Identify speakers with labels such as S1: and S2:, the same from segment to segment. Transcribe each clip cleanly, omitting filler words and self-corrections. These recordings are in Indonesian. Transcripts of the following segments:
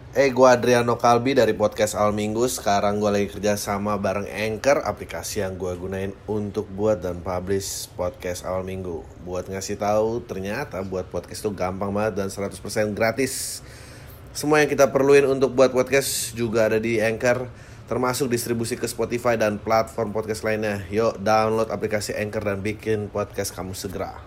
S1: Gua Adriano Kalbi dari podcast Al Minggu. Sekarang gue lagi kerja sama bareng Anchor, aplikasi yang gue gunain untuk buat dan publish podcast Al Minggu. Buat ngasih tahu, ternyata buat podcast itu gampang banget dan 100% gratis. Semua yang kita perluin untuk buat podcast juga ada di Anchor, termasuk distribusi ke Spotify dan platform podcast lainnya. Yuk download aplikasi Anchor dan bikin podcast kamu segera.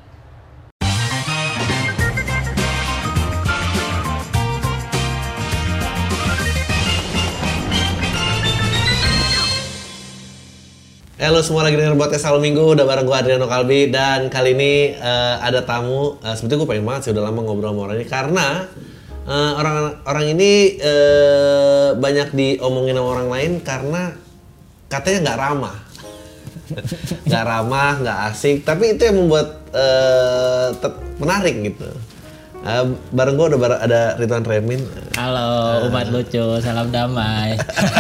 S1: Halo semua, lagi denger podcast Al Minggu, udah bareng gue Adriano Kalbi. Dan kali ini ada tamu, sebetulnya gue pengen banget sih, udah lama ngobrol sama orang ini. Karena orang ini banyak diomongin sama orang lain karena katanya gak ramah. Gak ramah, gak asik, tapi itu yang membuat menarik gitu. Bareng gue udah ada Ridwan Remin.
S2: Halo umat lucu, salam damai.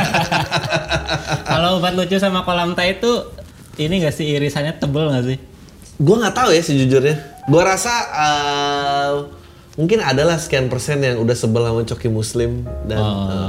S2: Kalau umat lucu sama kolam tai itu ini gak sih, irisannya tebel gak sih?
S1: Gue nggak tahu ya sejujurnya. Gue rasa mungkin adalah sekian persen yang udah sebel sama Coki Muslim dan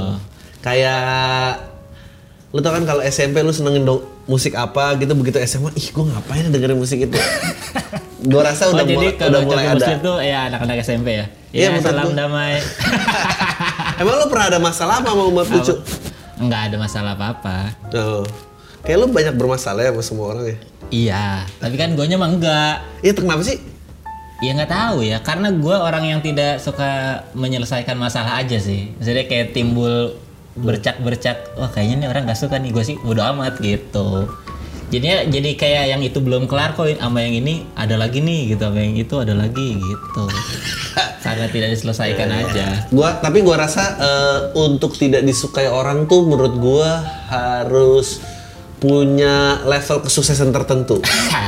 S1: kayak lu tau kan kalau SMP lu senengin musik apa gitu, begitu SMA ih gue ngapain dengerin musik itu. Gue rasa udah mulai ada.
S2: Muslim tuh ya anak-anak SMP ya.
S1: Iya,
S2: salam damai.
S1: Emang lu pernah ada masalah apa sama umat lucu?
S2: Enggak ada masalah apa-apa.
S1: Oh. Kayak lu banyak bermasalah ya sama semua orang ya?
S2: Iya, tapi kan gue mah enggak.
S1: Iya, kenapa sih?
S2: Ya nggak tahu ya, karena gue orang yang tidak suka menyelesaikan masalah aja sih. Maksudnya kayak timbul bercak-bercak, wah kayaknya nih orang nggak suka nih, gue sih bodo amat gitu. Jadi kayak yang itu belum kelar kok, sama yang ini ada lagi nih gitu, sama yang itu ada lagi gitu. Karena tidak diselesaikan aja.
S1: Tapi gua rasa untuk tidak disukai orang tuh menurut gua harus punya level kesuksesan tertentu.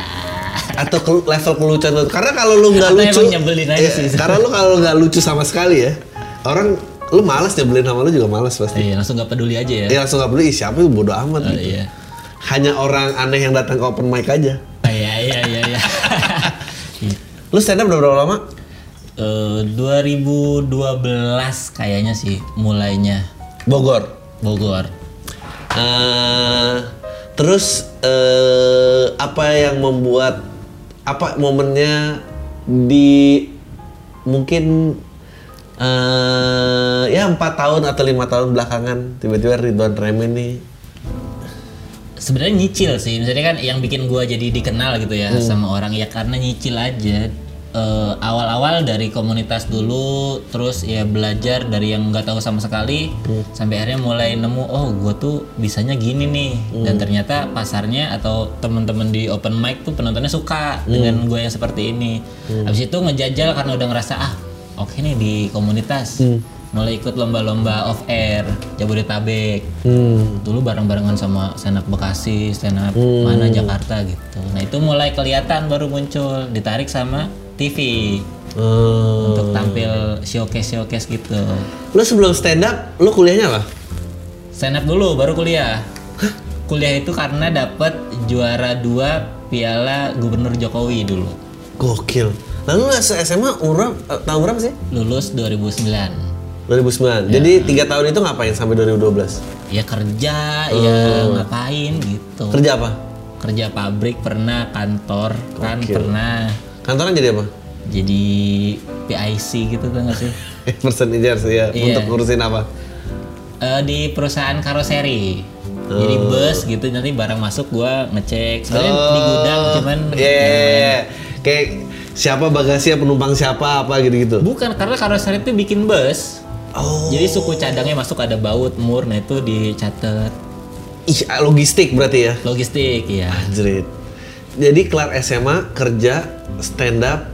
S1: Atau level kelucuan tertentu. Karena kalau lu nggak lucu,
S2: nyebelin aja sih.
S1: Karena lu kalau nggak lucu sama sekali ya, orang lu malas nyebelin sama lu juga malas pasti.
S2: Iya, langsung nggak peduli aja ya.
S1: Iya, langsung nggak peduli, siapa itu bodo amat gitu.
S2: Iya.
S1: Hanya orang aneh yang datang ke open mic aja.
S2: Iya.
S1: Lu stand up udah berapa lama?
S2: 2012 kayaknya sih mulainya.
S1: Bogor. Terus apa yang membuat momennya di mungkin ya 4 tahun atau 5 tahun belakangan tiba-tiba Ridwan Remin nih?
S2: Sebenarnya nyicil sih, misalnya kan yang bikin gua jadi dikenal gitu ya sama orang ya karena nyicil aja. Awal-awal dari komunitas dulu, terus ya belajar dari yang nggak tahu sama sekali, sampai akhirnya mulai nemu, oh gue tuh bisanya gini nih, dan ternyata pasarnya atau temen-temen di open mic tuh penontonnya suka dengan gue yang seperti ini. Habis itu ngejajal karena udah ngerasa oke nih di komunitas, mulai ikut lomba-lomba off air Jabodetabek, dulu bareng-barengan sama stand up Bekasi, stand up mana Jakarta gitu. Nah itu mulai kelihatan baru muncul, ditarik sama TV untuk tampil showcase gitu.
S1: Lu sebelum stand up, lu kuliahnya apa?
S2: Stand up dulu, baru kuliah. Kuliah itu karena dapet juara 2 Piala Gubernur Jokowi dulu.
S1: Gokil. Lalu SMA tahun berapa sih?
S2: Lulus 2009.
S1: 2009.
S2: Ya.
S1: Jadi 3 tahun itu ngapain sampai 2012?
S2: Ya kerja, ya ngapain gitu.
S1: Kerja apa?
S2: Kerja pabrik pernah, kantor kan pernah.
S1: Kantoran jadi apa?
S2: Jadi PIC gitu kan nggak sih?
S1: Person in charge ya.
S2: Iya.
S1: Untuk ngurusin apa?
S2: Di perusahaan karoseri. Jadi bus gitu, nanti barang masuk gua ngecek. Sebenarnya di gudang cuman.
S1: Kayak siapa bagasi, penumpang siapa apa gitu-gitu.
S2: Bukan, karena karoseri itu bikin bus. Jadi suku cadangnya masuk, ada baut, mur, nah itu dicatat.
S1: Ih, logistik berarti ya?
S2: Logistik, ya.
S1: Anjrit. Jadi kelar SMA, kerja, stand up,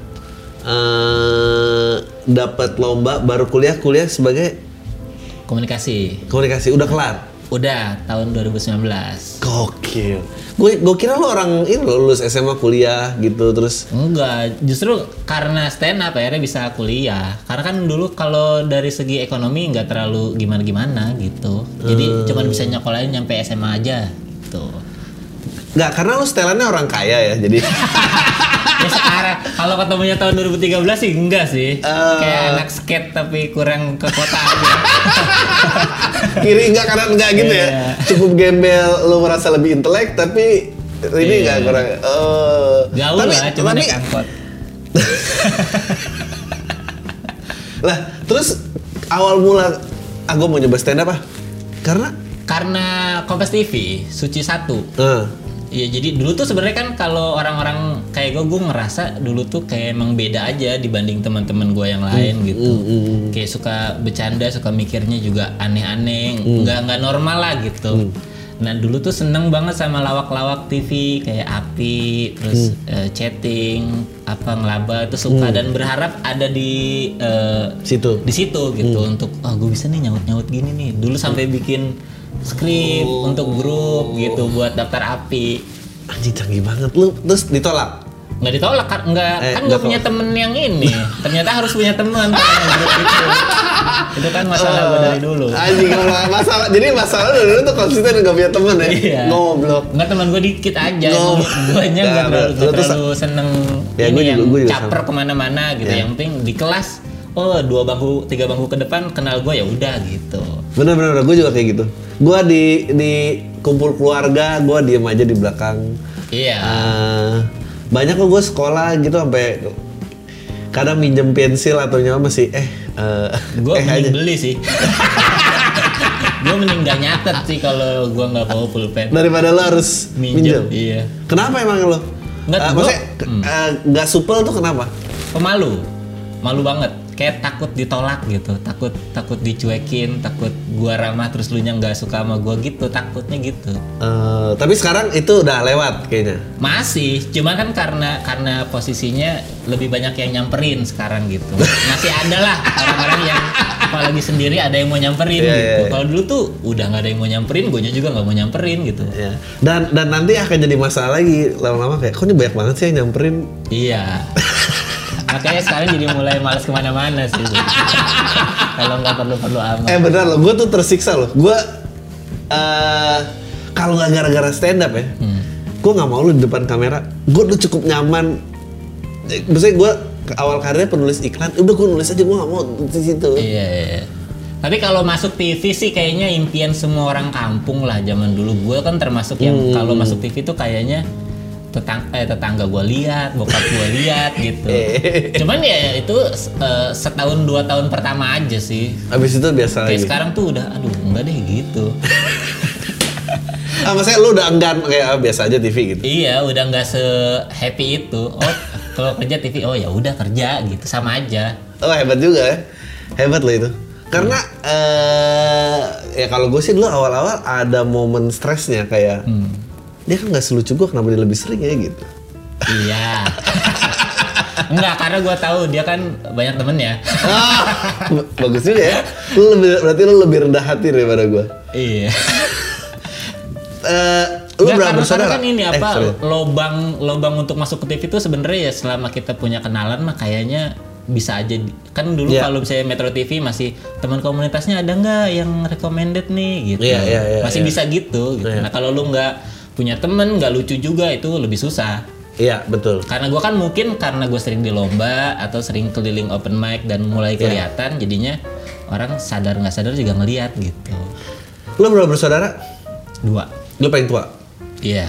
S1: dapat lomba, baru kuliah sebagai
S2: komunikasi.
S1: Udah kelar?
S2: Udah, tahun 2019.
S1: Gokil. Gue kira lo orang ini lulus SMA kuliah gitu terus.
S2: Enggak, justru karena stand up akhirnya bisa kuliah. Karena kan dulu kalau dari segi ekonomi nggak terlalu gimana-gimana gitu. Jadi cuman bisa nyekolahin nyampe SMA aja gitu.
S1: Nggak, karena lu setelannya orang kaya ya, jadi
S2: Ya sekarang kalau ketemunya tahun 2013 sih enggak sih. Kayak anak skate tapi kurang ke kota aja.
S1: kiri enggak kanan enggak gitu ya.
S2: Iya.
S1: Cukup gembel, lu merasa lebih intelek tapi ini enggak kurang.
S2: Jauh lah, cuma naik angkot.
S1: Lah, terus awal mula aku mau nyoba stand up
S2: Karena Kompas TV, Suci 1. Iya, jadi dulu tuh sebenarnya kan kalau orang-orang kayak gue ngerasa dulu tuh kayak emang beda aja dibanding teman-teman gue yang lain gitu. Kayak suka bercanda, suka mikirnya juga aneh-aneh, nggak normal lah gitu. Nah dulu tuh seneng banget sama lawak-lawak TV kayak Api, terus chatting, apa ngelaba itu suka dan berharap ada di situ gitu untuk gue bisa nih nyaut gini nih. Dulu sampai bikin skrip untuk grup gitu buat daftar Api.
S1: Anjing canggih banget lu, terus ditolak?
S2: Nggak ditolak kan nggak punya temen yang ini. Ternyata harus punya teman grup itu kan masalah gue dari dulu.
S1: Anjing masalah, jadi masalah dulu tuh konsisten nggak punya temen ya?
S2: Iya.
S1: Ngoblok.
S2: Nggak, teman gue dikit aja. Guanya nggak terlalu seneng
S1: ya,
S2: ini yang
S1: juga
S2: caper kemana-mana gitu. Yang penting di kelas, 3 bangku ke depan kenal gue ya udah gitu.
S1: Bener, gue juga kayak gitu. Gue di kumpul keluarga, gue diem aja di belakang.
S2: Iya.
S1: Banyak kok gue sekolah gitu sampai kadang minjem pensil atau nyawa masih
S2: gue mending beli sih. Gue mending gak nyatet sih kalau gue nggak bawa pulpen
S1: daripada lo harus minjem.
S2: Iya.
S1: Kenapa emang lo? Maksudnya nggak supel tuh kenapa?
S2: Malu banget. Kayak takut ditolak gitu, takut dicuekin, takut gua ramah terus lu nya nggak suka sama gua gitu, takutnya gitu.
S1: Tapi sekarang itu udah lewat kayaknya.
S2: Masih, cuma kan karena posisinya lebih banyak yang nyamperin sekarang gitu. Masih ada lah orang-orang yang apalagi sendiri ada yang mau nyamperin gitu.
S1: Yeah.
S2: Kalau dulu tuh udah nggak ada yang mau nyamperin, guanya juga nggak mau nyamperin gitu.
S1: Yeah. Dan nanti akan jadi masalah lagi lama-lama kayak, kok ini banyak banget sih yang nyamperin.
S2: Iya. Makanya sekarang jadi mulai malas kemana-mana sih. Kalau nggak perlu amat.
S1: Bener loh, gue tuh tersiksa loh. Gue kalau nggak gara-gara stand up ya, gue nggak mau lu di depan kamera. Gue udah cukup nyaman. Maksudnya gue awal karirnya penulis iklan, udah gue nulis aja, gue nggak mau di situ.
S2: Iya. Tapi kalau masuk TV sih kayaknya impian semua orang kampung lah zaman dulu. Gue kan termasuk yang kalau masuk TV tuh kayaknya tetangga gue lihat, bokap gue lihat gitu. Cuman ya itu setahun 2 tahun pertama aja sih.
S1: Habis itu biasa
S2: kayak
S1: lagi.
S2: Sekarang tuh udah enggak deh gitu.
S1: Maksudnya lu udah enggan kayak biasa aja TV gitu.
S2: Iya, udah nggak se-happy itu. Kalau kerja TV ya udah kerja gitu, sama aja.
S1: Hebat juga ya. Hebat lo itu. Karena ya kalau gue sih dulu awal-awal ada momen stresnya kayak dia kan nggak selucu gue, kenapa dia lebih sering ya gitu.
S2: Iya. Enggak, karena gue tahu dia kan banyak temennya.
S1: Bagus juga ya. Berarti lu lebih rendah hati daripada gue.
S2: Iya.
S1: Lu berapa bersaudara?
S2: Kan ini lobang untuk masuk ke TV itu sebenarnya ya selama kita punya kenalan mah kayaknya bisa aja. Kan dulu kalau misalnya Metro TV masih teman komunitasnya ada nggak yang recommended nih gitu. Masih bisa gitu. Nah kalau lu nggak punya temen, nggak lucu juga, itu lebih susah.
S1: Iya, betul.
S2: Karena gue kan mungkin karena gue sering di lomba atau sering keliling open mic dan mulai kelihatan, jadinya orang sadar nggak sadar juga ngelihat gitu.
S1: Lo berapa bersaudara?
S2: 2.
S1: Lo paling tua?
S2: Iya.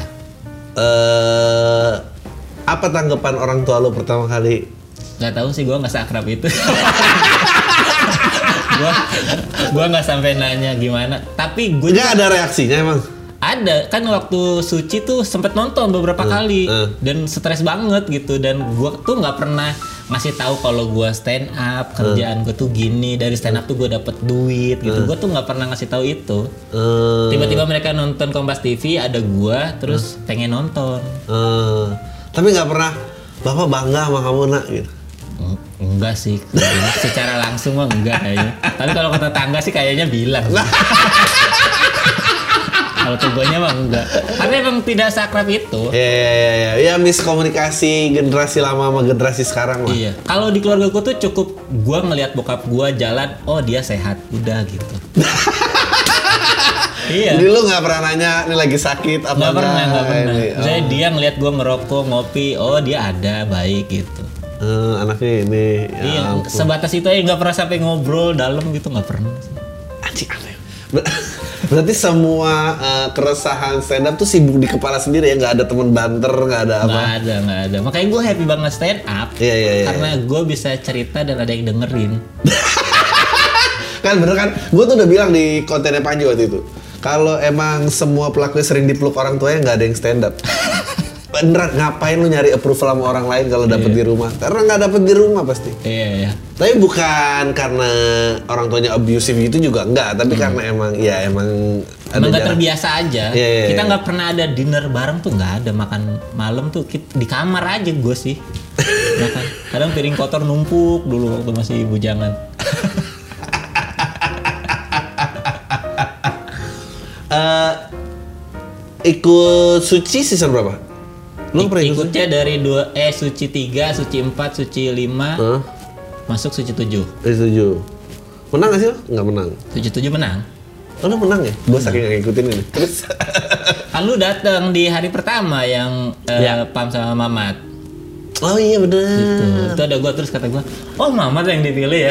S1: Apa tanggapan orang tua lo pertama kali?
S2: Nggak tahu sih, gue nggak seakrab itu. Gue nggak sampai nanya gimana. Tapi gue
S1: nggak ada reaksinya emang.
S2: Ada, kan waktu Suci tuh sempet nonton beberapa kali dan stres banget gitu, dan gue tuh nggak pernah ngasih tahu kalau gue stand up, kerjaan gue tuh gini, dari stand up tuh gue dapet duit gitu. Gue tuh nggak pernah ngasih tahu itu. Tiba-tiba mereka nonton Kompas TV, ada gue, terus pengen nonton.
S1: Tapi nggak pernah bapak bangga sama kamu nak gitu?
S2: Enggak sih, secara langsung mah enggak kayaknya. Tapi kalau kata tetangga sih kayaknya bilang. Kalau tubuhnya mah enggak. Karena emang tidak seakrab itu.
S1: Ya miskomunikasi generasi lama sama generasi sekarang lah.
S2: Iya. Kalau di keluarga gue tuh cukup gue ngelihat bokap gue jalan, oh dia sehat, udah gitu. Iya.
S1: Jadi lu nggak pernah nanya ini lagi sakit apa
S2: Nggak pernah.
S1: Ini.
S2: Misalnya dia ngeliat gue ngerokok, ngopi, oh dia ada, baik gitu.
S1: Anaknya ini.
S2: Iya, sebatas itu aja, nggak pernah sampai ngobrol dalam gitu, nggak pernah.
S1: Anjing aneh. Berarti semua keresahan stand up tuh sibuk di kepala sendiri ya, nggak ada teman banter, nggak ada apa?
S2: Nggak ada. Makanya gue happy banget stand up.
S1: Iya.
S2: Karena gue bisa cerita dan ada yang dengerin.
S1: Kan bener kan? Gue tuh udah bilang di kontennya Panji waktu itu. Kalau emang semua pelakunya sering dipeluk orang tuanya, nggak ada yang stand up. Beneran, ngapain lu nyari approval sama orang lain kalau dapet di rumah? Karena nggak dapet di rumah pasti.
S2: Iya.
S1: Tapi bukan karena orang tuanya abusive gitu juga enggak, tapi karena emang ada
S2: Emang nggak
S1: jarak.
S2: terbiasa aja.
S1: Iya.
S2: Kita nggak pernah ada dinner bareng tuh, nggak ada. Makan malam tuh di kamar aja gue sih. Ya kan? Kadang piring kotor numpuk dulu waktu masih bujangan.
S1: Ikut Suci season berapa? Lu pernah ikut?
S2: Ikutnya dari Suci 3, Suci 4, Suci 5, masuk Suci 7.
S1: Setuju. Menang gak sih lo? Nggak menang.
S2: Suci 7 menang.
S1: Oh, lu menang ya? Gue saking nggak ngikutin ini. Terus
S2: Kan lu datang di hari pertama yang Pam sama Mamat.
S1: oh iya bener.
S2: Gitu. Itu ada gua, terus kata gua, oh Mamat yang dipilih ya.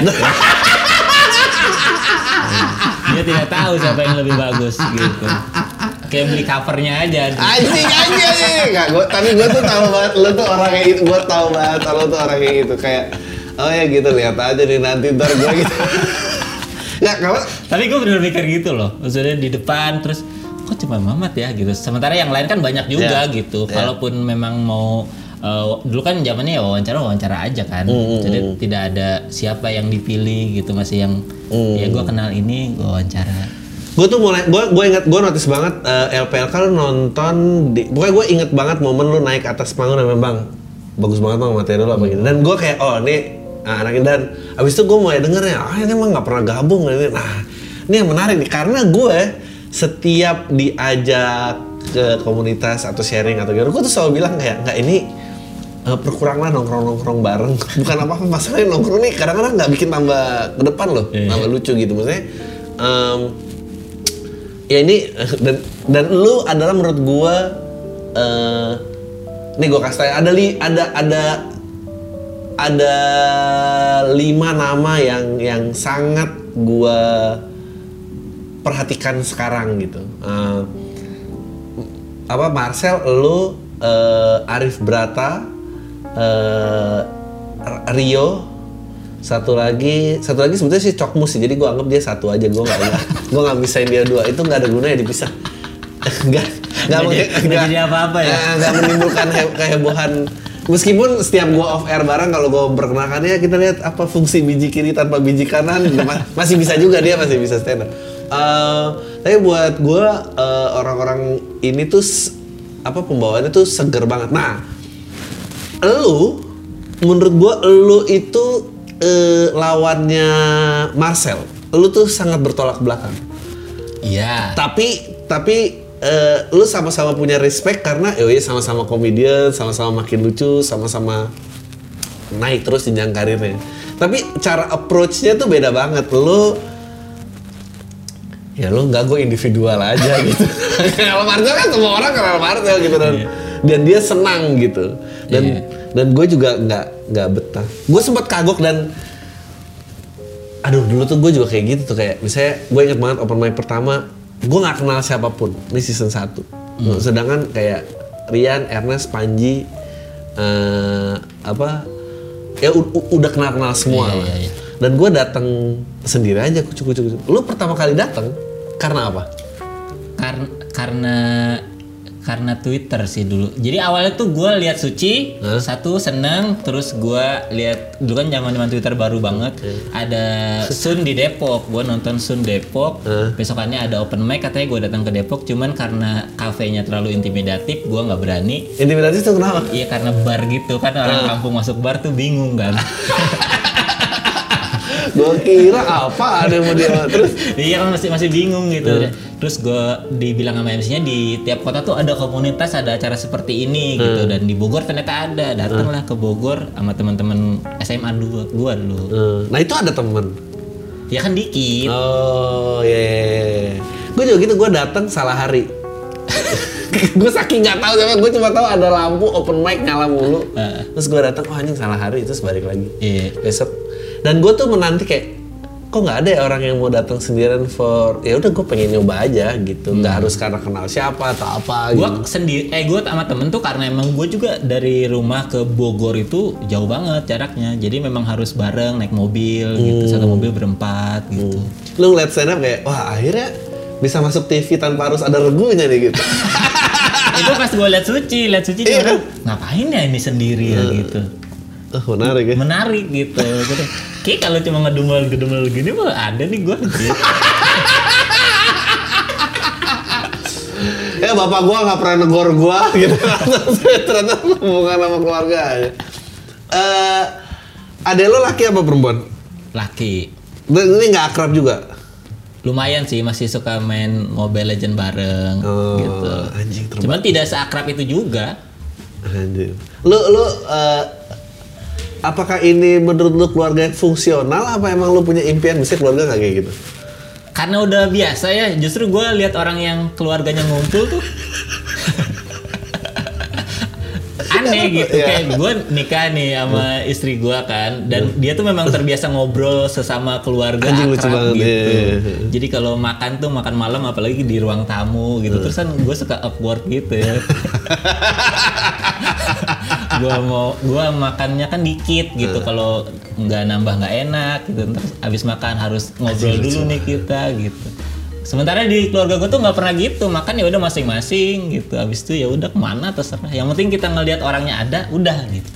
S2: Dia tidak tahu siapa yang lebih bagus gitu. Kayak beli covernya aja.
S1: Anjing. Tapi gue tuh tahu banget, lu tuh orang kayak itu. Gue tahu banget, lu tuh orang kayak gitu. Kayak, oh ya gitu, lihat aja nih nanti ntar gue gitu. Ya kalau
S2: Tapi gue bener mikir gitu loh. Maksudnya di depan, terus kok cuma Mamat ya gitu. Sementara yang lain kan banyak juga gitu. Kalaupun memang mau dulu kan zamannya ya wawancara aja kan. Jadi tidak ada siapa yang dipilih gitu, masih yang ya gue kenal ini gue wawancara.
S1: gue tuh mulai, gue notice banget LPLK lu nonton pokoknya gue inget banget momen lu naik atas panggung dan bang bagus banget bang materi lu apa gitu. Dan gue kayak oh ini anaknya, dan abis itu gue mulai denger ya, ini emang nggak pernah gabung ini. Nah ini yang menarik nih, karena gue setiap diajak ke komunitas atau sharing atau gitu, gue tuh selalu bilang kayak nggak ini berkuranglah nongkrong bareng. Bukan apa-apa, masalahnya nongkrong nih kadang-kadang nggak bikin tambah ke depan loh, tambah lucu gitu. Maksudnya ya ini dan lu adalah menurut gua nih gua kasih tanya, ada 5 nama yang sangat gua perhatikan sekarang gitu. Marcel, lu, Arif Brata, Rio, satu lagi sebetulnya sih Cokmus sih, jadi gue anggap dia satu aja, gue nggak misain dia dua, itu nggak ada gunanya dipisah. nggak
S2: jadi apa-apa ya,
S1: nggak menimbulkan kehebohan. Meskipun setiap gue off air bareng, kalau gue memperkenalkannya kita lihat apa fungsi biji kiri tanpa biji kanan, masih bisa juga, dia masih bisa stand up. Tapi buat gue orang-orang ini tuh pembawaannya tuh seger banget. Nah, menurut gue lu itu lawannya Marcel, lu tuh sangat bertolak belakang.
S2: Iya.
S1: Tapi lu sama-sama punya respect karena sama-sama komedian, sama-sama makin lucu, sama-sama naik terus jenjang karirnya. Tapi cara approach-nya tuh beda banget. Lu nggak, gue individual aja gitu. Kalau Marcel kan semua orang kenal Marcel gitu dan dia senang gitu. Dan gue juga nggak betah. Gue sempat kagok dan dulu tuh gue juga kayak gitu tuh, kayak misalnya gue inget banget open mic pertama, gue nggak kenal siapapun, ini season 1. Sedangkan kayak Rian, Ernest, Panji, udah kenal semua lah.
S2: Iya.
S1: Dan gue datang sendiri aja, kucuk. Lu pertama kali datang karena apa?
S2: Karena Twitter sih dulu. Jadi awalnya tuh gue lihat Suci, satu seneng, terus gue lihat dulu kan zaman Twitter baru banget. Ada Sun di Depok, gue nonton Sun Depok. Besokannya ada open mic, katanya gue datang ke Depok, cuman karena kafenya terlalu intimidatif, gue nggak berani.
S1: Intimidatif tuh kenapa?
S2: Iya karena bar gitu kan, orang kampung masuk bar tuh bingung kan.
S1: Gue kira apa ada mau dia terus.
S2: Iya kan masih bingung gitu. Terus gue dibilang sama MC-nya di tiap kota tuh ada komunitas, ada acara seperti ini gitu. Dan di Bogor ternyata ada. Datanglah ke Bogor sama teman-teman SMA gue dulu.
S1: Nah itu ada temen?
S2: Ya kan dikit.
S1: Oh iya. Gue Gue juga gitu, gue datang salah hari. Gue saking nggak tahu siapa, gue cuma tahu ada lampu open mic nyala mulu. Terus gue datang, oh anjing salah hari, terus balik lagi. Besok. Dan gue tuh menanti kayak, kok nggak ada ya orang yang mau datang sendirian for, ya udah gue pengen nyoba aja gitu, nggak harus karena kenal siapa atau apa.
S2: Gue sendiri, gue sama temen tuh karena emang gue juga dari rumah ke Bogor itu jauh banget jaraknya, jadi memang harus bareng naik mobil gitu, satu mobil berempat gitu.
S1: Lu ngeliat stand up kayak, wah akhirnya bisa masuk TV tanpa harus ada regunya nih gitu.
S2: Itu pas gue liat Suci juga, ngapain ya ini sendiri ya gitu.
S1: Menarik ya?
S2: Menarik gitu. Kayak kalau cuma ngedumel gini mah ada nih gue gitu.
S1: Ya bapak gue gak pernah negor gue gitu. Ternyata hubungan sama keluarga aja. Adek lo laki apa perempuan?
S2: Laki.
S1: Ini gak akrab juga?
S2: Lumayan sih, masih suka main Mobile Legend bareng gitu.
S1: Anjing terbaik.
S2: Cuman tidak seakrab itu juga.
S1: Anjing. Lu apakah ini menurut lu keluarga yang fungsional, apa emang lu punya impian bisa keluarga nggak kayak gitu?
S2: Karena udah biasa ya, justru gue lihat orang yang keluarganya ngumpul tuh aneh gitu. Kayak gue nikah nih sama istri gue kan, dan dia tuh memang terbiasa ngobrol sesama keluarga akrab gitu. Jadi kalau makan tuh makan malam apalagi di ruang tamu gitu, terus kan gue suka awkward gitu ya. Gua makannya kan dikit gitu, kalau nggak nambah nggak enak gitu. Terus abis makan harus ngobrol dulu nih kita gitu. Sementara di keluarga gue tuh nggak pernah gitu, makan ya udah masing-masing gitu. Abis itu ya udah kemana terserah. Yang penting kita ngelihat orangnya ada, udah gitu.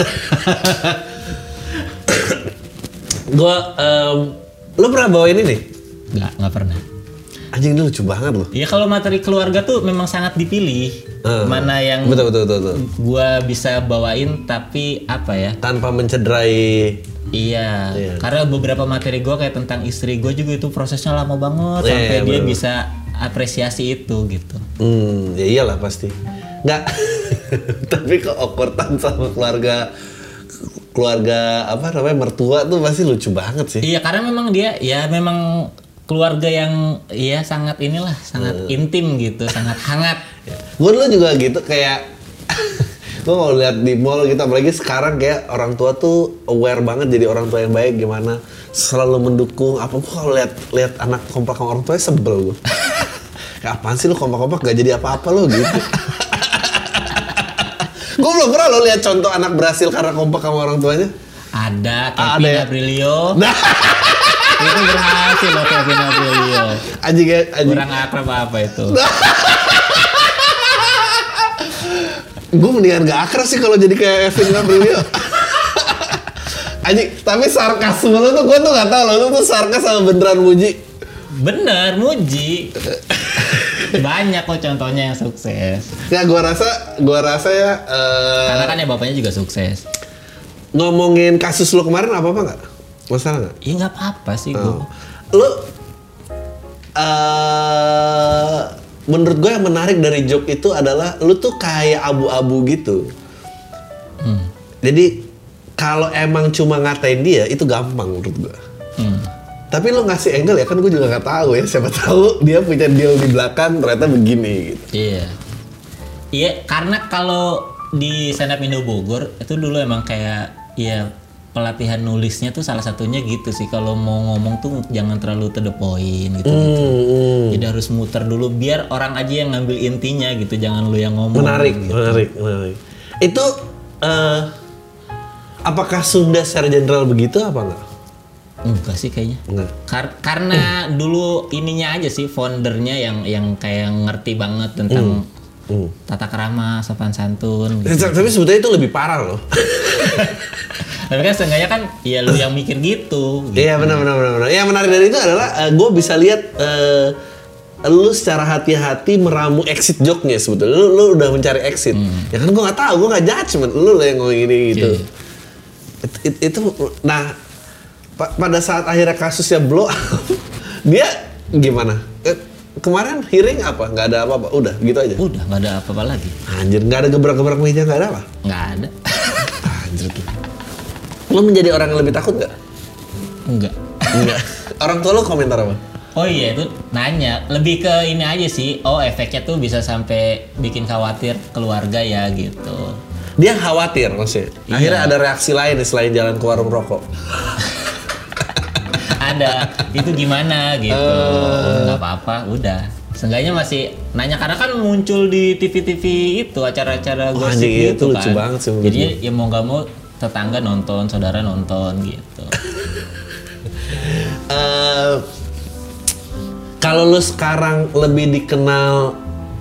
S1: Lo pernah bawa ini nih?
S2: Nggak pernah.
S1: Anjing ini lucu banget loh.
S2: Iya kalau materi keluarga tuh memang sangat dipilih. Mana yang
S1: betul.
S2: Gua bisa bawain tapi apa ya?
S1: Tanpa mencederai.
S2: Iya. Karena beberapa materi gua kayak tentang istri gua juga itu prosesnya lama banget sampai dia bisa apresiasi itu gitu.
S1: Ya iyalah pasti. Nggak. Tapi kok awkwardan sama keluarga apa namanya mertua tuh pasti lucu banget sih.
S2: Iya karena memang dia ya memang keluarga yang ya sangat intim gitu, sangat hangat.
S1: Gue dulu juga gitu kayak gue kalau lihat di mall gitu, apalagi sekarang kayak orang tua tuh aware banget jadi orang tua yang baik gimana, selalu mendukung apa. Gue kalau lihat anak kompak sama orang tuanya sebel gue. Kayak apaan sih lu kompak-kompak gak jadi apa-apa lo gitu. Gue belum pernah lo lihat contoh anak berhasil karena kompak sama orang tuanya.
S2: Ada Kevin Aprilio. Itu berhasil loh Kevin Aprilio.
S1: Anjing.
S2: Kurang akrab apa itu?
S1: Gue mendingan gak akrab sih kalau jadi kayak Kevin Aprilio. Anjing, tapi sarkasme lo tuh gue tuh gak tau lo tuh sarkas sama beneran muji.
S2: Bener, muji. Banyak kok contohnya yang sukses.
S1: Ya gue rasa ya.
S2: Karena kan ya bapaknya juga sukses.
S1: Ngomongin kasus lo kemarin apa nggak? Masalah nggak?
S2: Iya nggak apa-apa sih gue.
S1: Lo menurut gue yang menarik dari joke itu adalah lo tuh kayak abu-abu gitu. Jadi kalau emang cuma ngatain dia itu gampang menurut gue. Tapi lo ngasih angle ya kan gue juga nggak tahu ya, siapa tahu dia punya deal di belakang ternyata begini gitu.
S2: Iya karena kalau di stand up Indo Bogor itu dulu emang kayak ya pelatihan nulisnya tuh salah satunya gitu sih, kalau mau ngomong tuh jangan terlalu to the point gitu. Jadi harus muter dulu biar orang aja yang ngambil intinya gitu, jangan lu yang ngomong.
S1: Menarik. Itu apakah Sunda secara general begitu apa enggak?
S2: Enggak sih kayaknya. Enggak. Karena dulu ininya aja sih foundernya yang kayak ngerti banget tentang tata krama, sopan santun gitu.
S1: Tapi sebetulnya itu lebih parah loh.
S2: Tapi kan seenggaknya kan ya lu yang mikir gitu.
S1: Iya benar. Yang menarik dari itu adalah gue bisa lihat lu secara hati-hati meramu exit joke-nya sebetulnya. Lu udah mencari exit. Ya kan gue nggak tahu, gue nggak judgement. Lu lah yang ngomong ini gitu. Itu nah pada saat akhirnya kasusnya blow up, dia gimana? Kemarin hearing apa? Nggak ada apa-apa? Udah gitu aja?
S2: Udah nggak ada apa-apa lagi.
S1: Anjir, nggak ada gebrak-gebrak meja, nggak ada apa?
S2: Nggak ada.
S1: Anjir tuh. Lo menjadi orang yang lebih takut nggak?
S2: Enggak.
S1: Orang tua lo komentar apa?
S2: Oh iya itu nanya, lebih ke ini aja sih. Oh efeknya tuh bisa sampai bikin khawatir keluarga ya gitu.
S1: Dia khawatir maksudnya. Akhirnya ada reaksi lain nih selain jalan ke warung rokok.
S2: Ada, itu gimana gitu. Nggak apa-apa, udah. Seenggaknya masih nanya karena kan muncul di TV-TV itu acara-acara gosip gitu kan.
S1: Lucu banget sih.
S2: Jadinya ya mau nggak mau tetangga nonton, saudara nonton gitu.
S1: Kalau lu sekarang lebih dikenal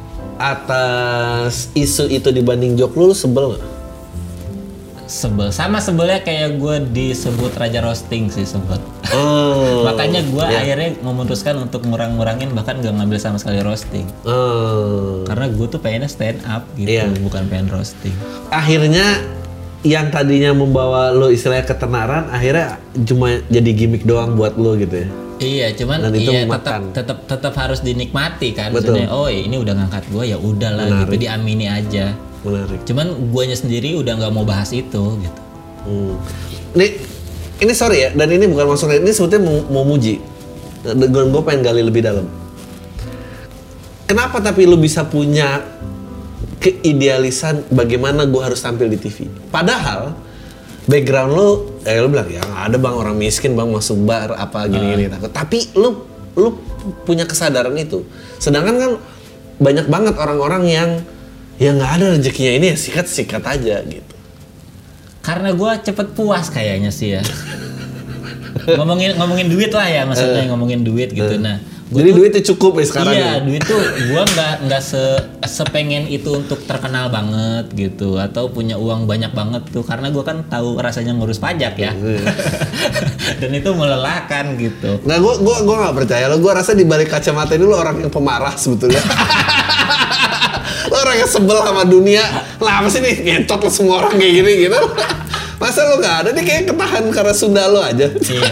S1: atas isu itu dibanding Jok lu sebel nggak?
S2: Sebel, sama sebelnya kayak gue disebut raja roasting sih sebel. Makanya gue akhirnya memutuskan untuk ngurangin bahkan gak ngambil sama sekali roasting. Karena gue tuh pengennya stand up gitu, bukan pengen roasting.
S1: Akhirnya yang tadinya membawa lo istilahnya ketenaran, akhirnya cuma jadi gimmick doang buat lo gitu ya?
S2: Iya, cuman iya tetap harus dinikmati kan. Maksudnya, oh ini udah ngangkat gue ya udahlah gitu, diamini aja.
S1: Menarik.
S2: Cuman guanya sendiri udah nggak mau bahas itu gitu.
S1: Ini sorry ya, dan ini bukan maksudnya, ini sebetulnya mau muji. Gue pengen gali lebih dalam. Kenapa tapi lu bisa punya keidealisan bagaimana gue harus tampil di TV? Padahal background lu bilang ya nggak ada bang, orang miskin bang masuk bar apa gini-gini. Tapi lu punya kesadaran itu. Sedangkan kan banyak banget orang-orang yang ya nggak ada rezekinya, ini ya sikat aja gitu.
S2: Karena gue cepet puas kayaknya sih ya. ngomongin duit lah ya, maksudnya ngomongin duit gitu. Nah,
S1: jadi duitnya cukup ya sekarang.
S2: Iya, duit tuh gue nggak sepengen itu untuk terkenal banget gitu atau punya uang banyak banget tuh, karena gue kan tahu rasanya ngurus pajak ya. Dan itu melelahkan gitu.
S1: Nah, gue nggak percaya lo. Gue rasa di balik kacamata ini lo orang yang pemarah sebetulnya. Lo orang yang sebel sama dunia. Lah apa sih nih ngetot lo semua orang kayak gini gitu. Masa lo nggak ada nih, kayak ketahan karena Sunda lo aja. Iya.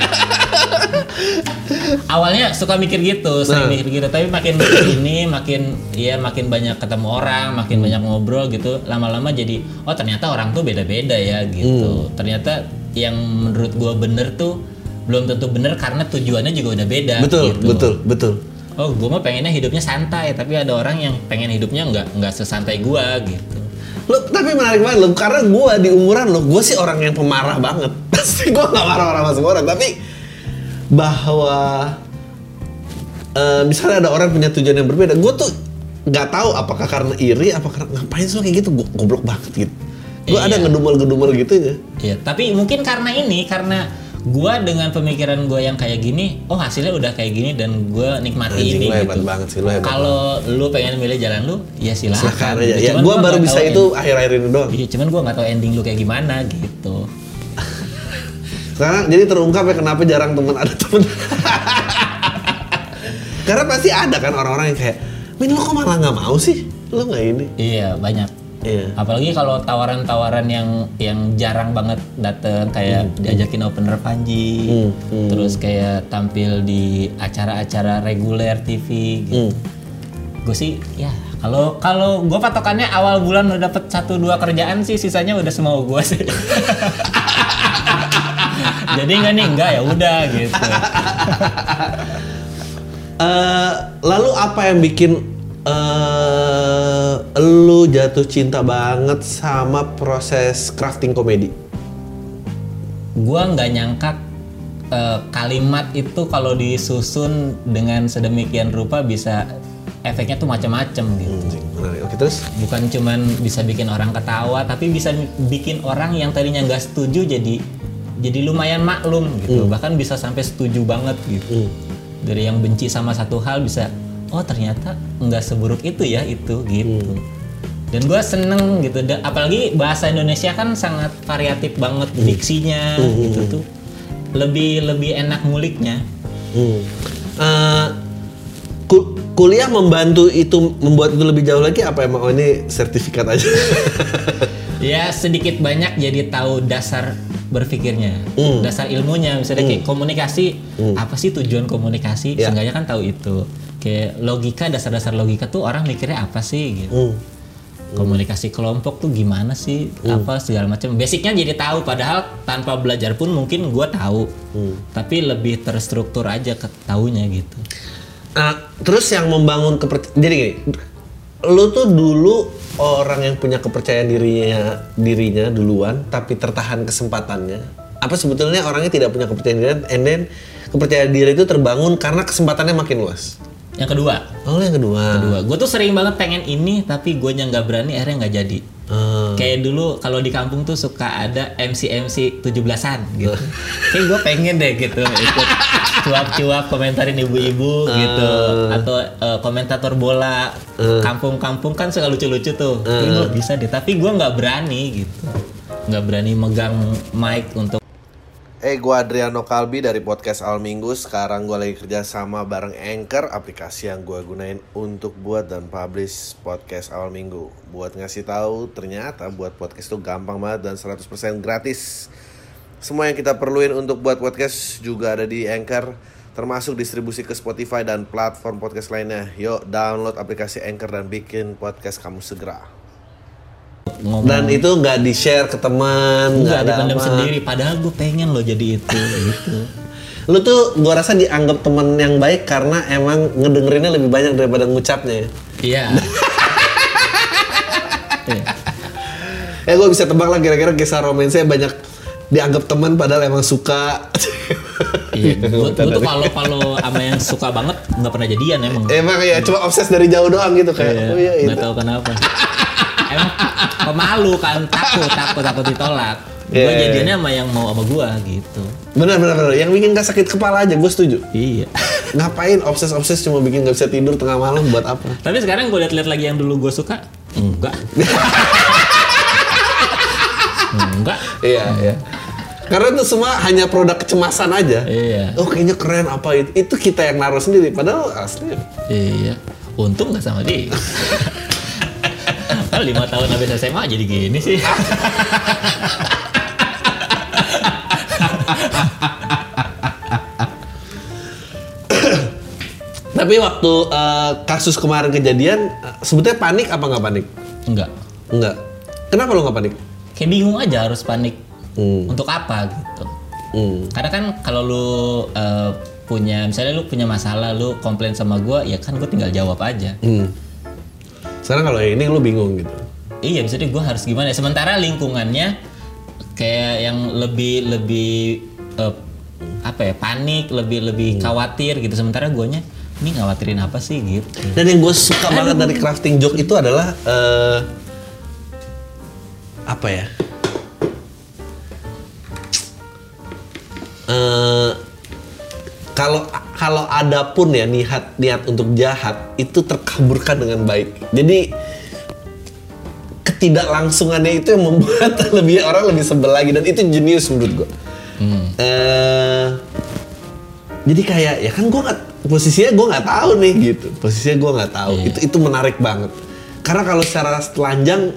S2: Awalnya suka mikir gitu, sering mikir gitu, tapi makin ini makin banyak ketemu orang, makin banyak ngobrol gitu, lama-lama jadi oh ternyata orang tuh beda-beda ya gitu. Ternyata yang menurut gua bener tuh belum tentu bener karena tujuannya juga udah beda.
S1: Betul.
S2: Oh, gua mah pengennya hidupnya santai, tapi ada orang yang pengen hidupnya nggak sesantai gua gitu.
S1: Lo tapi menarik banget lo, karena gue di umuran lo, gue sih orang yang pemarah banget. Pasti gue nggak marah-marah sama semua orang, tapi bahwa misalnya ada orang punya tujuan yang berbeda, gue tuh nggak tahu apakah karena iri, apa karena ngapain sih lo kayak gitu, gue goblok banget gitu. Gue ada ngedumel gitu aja. Iya,
S2: tapi mungkin karena gue dengan pemikiran gue yang kayak gini, oh hasilnya udah kayak gini dan gue nikmati ini
S1: lo
S2: gitu.
S1: Hebat banget sih, lo hebat.
S2: Kalau lu pengen milih jalan lu, ya silakan
S1: aja. Ya, gue baru bisa itu akhir-akhir ini doang.
S2: Iya, cuman gue nggak tahu ending lu kayak gimana gitu.
S1: Sekarang jadi terungkap ya kenapa jarang ada temen. Karena pasti ada kan orang-orang yang kayak, Min lo kok malah nggak mau sih? Lo nggak ini?
S2: Iya, banyak. Iya. Apalagi kalau tawaran-tawaran yang jarang banget dateng, kayak diajakin opener Panji, terus kayak tampil di acara-acara reguler TV gitu. Gue sih ya kalau gue patokannya awal bulan udah dapet 1-2 kerjaan sih, sisanya udah semau gue sih. Jadi enggak ya udah gitu.
S1: Lalu apa yang bikin lu jatuh cinta banget sama proses crafting komedi?
S2: Gua nggak nyangka kalimat itu kalau disusun dengan sedemikian rupa bisa efeknya tuh macam-macam gitu.
S1: Oke, terus? Bukan
S2: cuman bisa bikin orang ketawa, tapi bisa bikin orang yang tadinya nggak setuju jadi lumayan maklum gitu. Bahkan bisa sampai setuju banget gitu. Dari yang benci sama satu hal bisa, oh ternyata nggak seburuk itu ya itu gitu. Dan gue seneng gitu, apalagi bahasa Indonesia kan sangat variatif banget diksinya gitu tuh, lebih enak nguliknya.
S1: Kuliah membantu itu, membuat itu lebih jauh lagi apa emang ini sertifikat aja?
S2: Ya sedikit banyak jadi tahu dasar berpikirnya, dasar ilmunya, misalnya kayak komunikasi, apa sih tujuan komunikasi, seenggaknya kan tahu itu. Kayak logika, dasar-dasar logika tuh orang mikirnya apa sih gitu. Komunikasi kelompok tuh gimana sih, apa segala macam. Basicnya jadi tahu, padahal tanpa belajar pun mungkin gue tahu, tapi lebih terstruktur aja taunya gitu.
S1: Nah, terus yang membangun jadi gini, lu tuh dulu orang yang punya kepercayaan dirinya duluan, tapi tertahan kesempatannya. Apa sebetulnya orangnya tidak punya kepercayaan diri, and then kepercayaan diri itu terbangun karena kesempatannya makin luas?
S2: Yang kedua.
S1: Oh, yang kedua.
S2: Gue tuh sering banget pengen ini, tapi gue nggak berani, akhirnya nggak jadi. Kayak dulu kalau di kampung tuh suka ada MC 17-an gitu. Kayak gue pengen deh gitu ikut cuap-cuap komentarin ibu-ibu gitu, atau komentator bola kampung-kampung kan suka lucu-lucu tuh. Gue bisa deh, tapi gue nggak berani gitu. Nggak berani megang mic untuk.
S1: Gue Adriano Kalbi dari podcast Al Minggu. Sekarang gue lagi kerja sama bareng Anchor, aplikasi yang gue gunain untuk buat dan publish podcast Al Minggu. Buat ngasih tahu, ternyata buat podcast itu gampang banget dan 100% gratis. Semua yang kita perluin untuk buat podcast juga ada di Anchor, termasuk distribusi ke Spotify dan platform podcast lainnya. Yuk download aplikasi Anchor dan bikin podcast kamu segera.
S2: Ngomong.
S1: Dan itu nggak di-share ke teman,
S2: nggak dipendam sendiri. Padahal gue pengen lo jadi itu gitu.
S1: Lu tuh gue rasa dianggap teman yang baik karena emang ngedengerinnya lebih banyak daripada ngucapnya.
S2: Iya.
S1: Gue bisa tebak lah kira-kira kisah romansnya banyak dianggap teman padahal emang suka.
S2: Iya. Gue tuh kalau sama yang suka banget nggak pernah jadian emang.
S1: Emang ya cuma obses dari jauh doang gitu kayak.
S2: Iya.
S1: Oh iya itu.
S2: Nggak tahu kenapa. Emang pemalu kan, takut ditolak. Gue jadinya sama yang mau sama gue gitu.
S1: Benar. Yang bikin gak sakit kepala aja, gue setuju.
S2: Iya.
S1: Ngapain obses cuma bikin gak bisa tidur tengah malam buat apa?
S2: Tapi sekarang gue liat-liat lagi yang dulu gue suka, enggak. Enggak.
S1: Iya. Karena itu semua hanya produk kecemasan aja.
S2: Iya.
S1: Oh kayaknya keren apa itu. Itu kita yang naruh sendiri, padahal asli.
S2: Iya. Untung gak sama dia. 5 tahun habis SMA jadi gini sih.
S1: Tapi waktu kasus kemarin kejadian, sebetulnya panik apa nggak panik?
S2: Enggak.
S1: Kenapa lo nggak panik?
S2: Kayak bingung aja harus panik. Untuk apa gitu. Karena kan kalau lu misalnya lu punya masalah, lu komplain sama gue, ya kan gue tinggal jawab aja.
S1: Sekarang kalau ini lu bingung gitu.
S2: Iya, misalnya gue harus gimana? Sementara lingkungannya kayak yang lebih panik, lebih khawatir gitu. Sementara guanya ini khawatirin apa sih gitu.
S1: Dan yang gue suka banget dari crafting joke itu adalah kalau ada pun ya niat untuk jahat itu terkaburkan dengan baik. Jadi ketidaklangsungannya itu yang membuat orang lebih sebel lagi, dan itu jenius menurut gue. Jadi kayak ya kan posisinya gue nggak tahu nih gitu. Itu menarik banget. Karena kalau secara telanjang,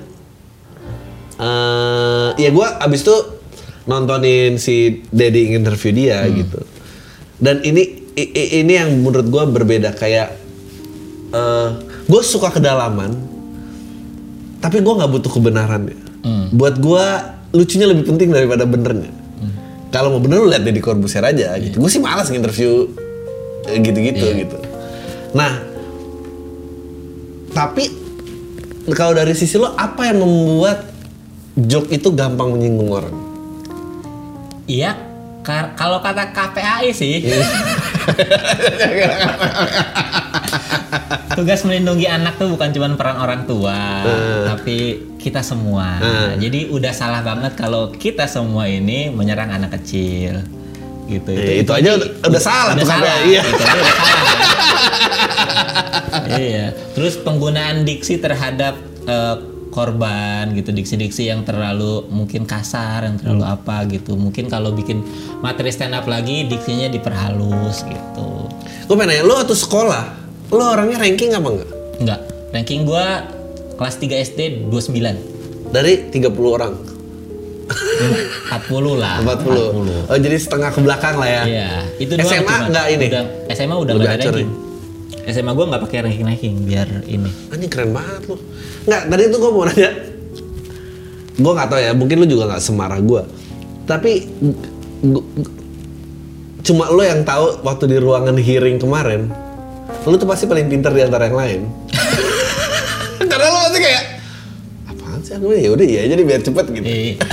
S1: ya gue abis itu nontonin si Deddy interview dia gitu. Dan ini yang menurut gue berbeda, kayak gue suka kedalaman, tapi gue nggak butuh kebenarannya. Buat gue lucunya lebih penting daripada benernya. Kalau mau bener lu lihat Deddy Corbuzier aja gitu. Gue sih malas nginterview gitu. Nah, tapi kalau dari sisi lo, apa yang membuat joke itu gampang menyinggung orang?
S2: Iya, kalau kata KPAI sih, tugas melindungi anak tuh bukan cuma peran orang tua, tapi kita semua. Jadi udah salah banget kalau kita semua ini menyerang anak kecil, gitu.
S1: Itu aja udah salah tuh KPAI. Iya.
S2: Itu aja udah salah. Iya. Terus penggunaan diksi terhadap korban gitu, diksi-diksi yang terlalu mungkin kasar, yang terlalu apa gitu. Mungkin kalau bikin materi stand up lagi diksinya diperhalus gitu.
S1: Gue pengen nanya, lo waktu sekolah, lo orangnya ranking apa enggak?
S2: Enggak. Ranking gua kelas 3 SD 29.
S1: Dari 30 orang?
S2: 40 lah.
S1: 40. Oh jadi setengah ke belakang lah ya?
S2: Iya. Itu
S1: SMA enggak ini?
S2: SMA udah enggak ada ranking. SMA gue nggak pakai ranking biar ini.
S1: Anjing keren banget lu. Nggak, tadi tuh gue mau nanya. Gue nggak tahu ya, mungkin lu juga nggak semarah gue. Tapi cuma lo yang tahu waktu di ruangan hearing kemarin, lu tuh pasti paling pintar di antara yang lain. Karena lo pasti kayak apaan sih aku ya udah ya jadi biar cepet gitu.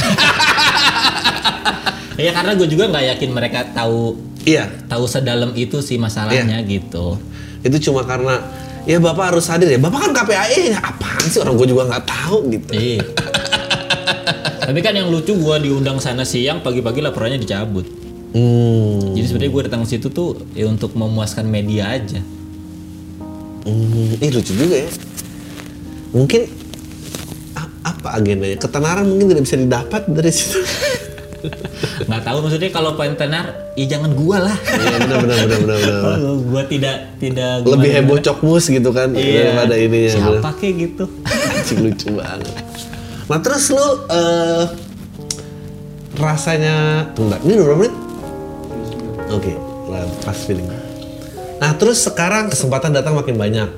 S2: Iya karena gue juga nggak yakin mereka tahu.
S1: Iya.
S2: Tahu sedalam itu sih masalahnya gitu.
S1: Itu cuma karena ya bapak harus hadir ya. Bapak kan KPAI ya apaan sih orang gue juga nggak tahu gitu.
S2: Iya. Tapi kan yang lucu gue diundang sana siang pagi-pagi laporannya dicabut. Jadi sebenarnya gue datang ke situ tuh ya untuk memuaskan media aja.
S1: Lucu juga ya. Mungkin apa agendanya? Ketenaran mungkin tidak bisa didapat dari situ.
S2: Nggak tahu maksudnya kalau pengen tenar, ya jangan gua lah.
S1: Iya benar.
S2: Gua tidak.
S1: Lebih heboh cokmus gitu kan daripada ininya.
S2: Siapa kayak gitu?
S1: Anjing lucu banget. Nah terus lu rasanya tunggu, ini berapa menit? Oke, pas feeling. Nah terus sekarang kesempatan datang makin banyak.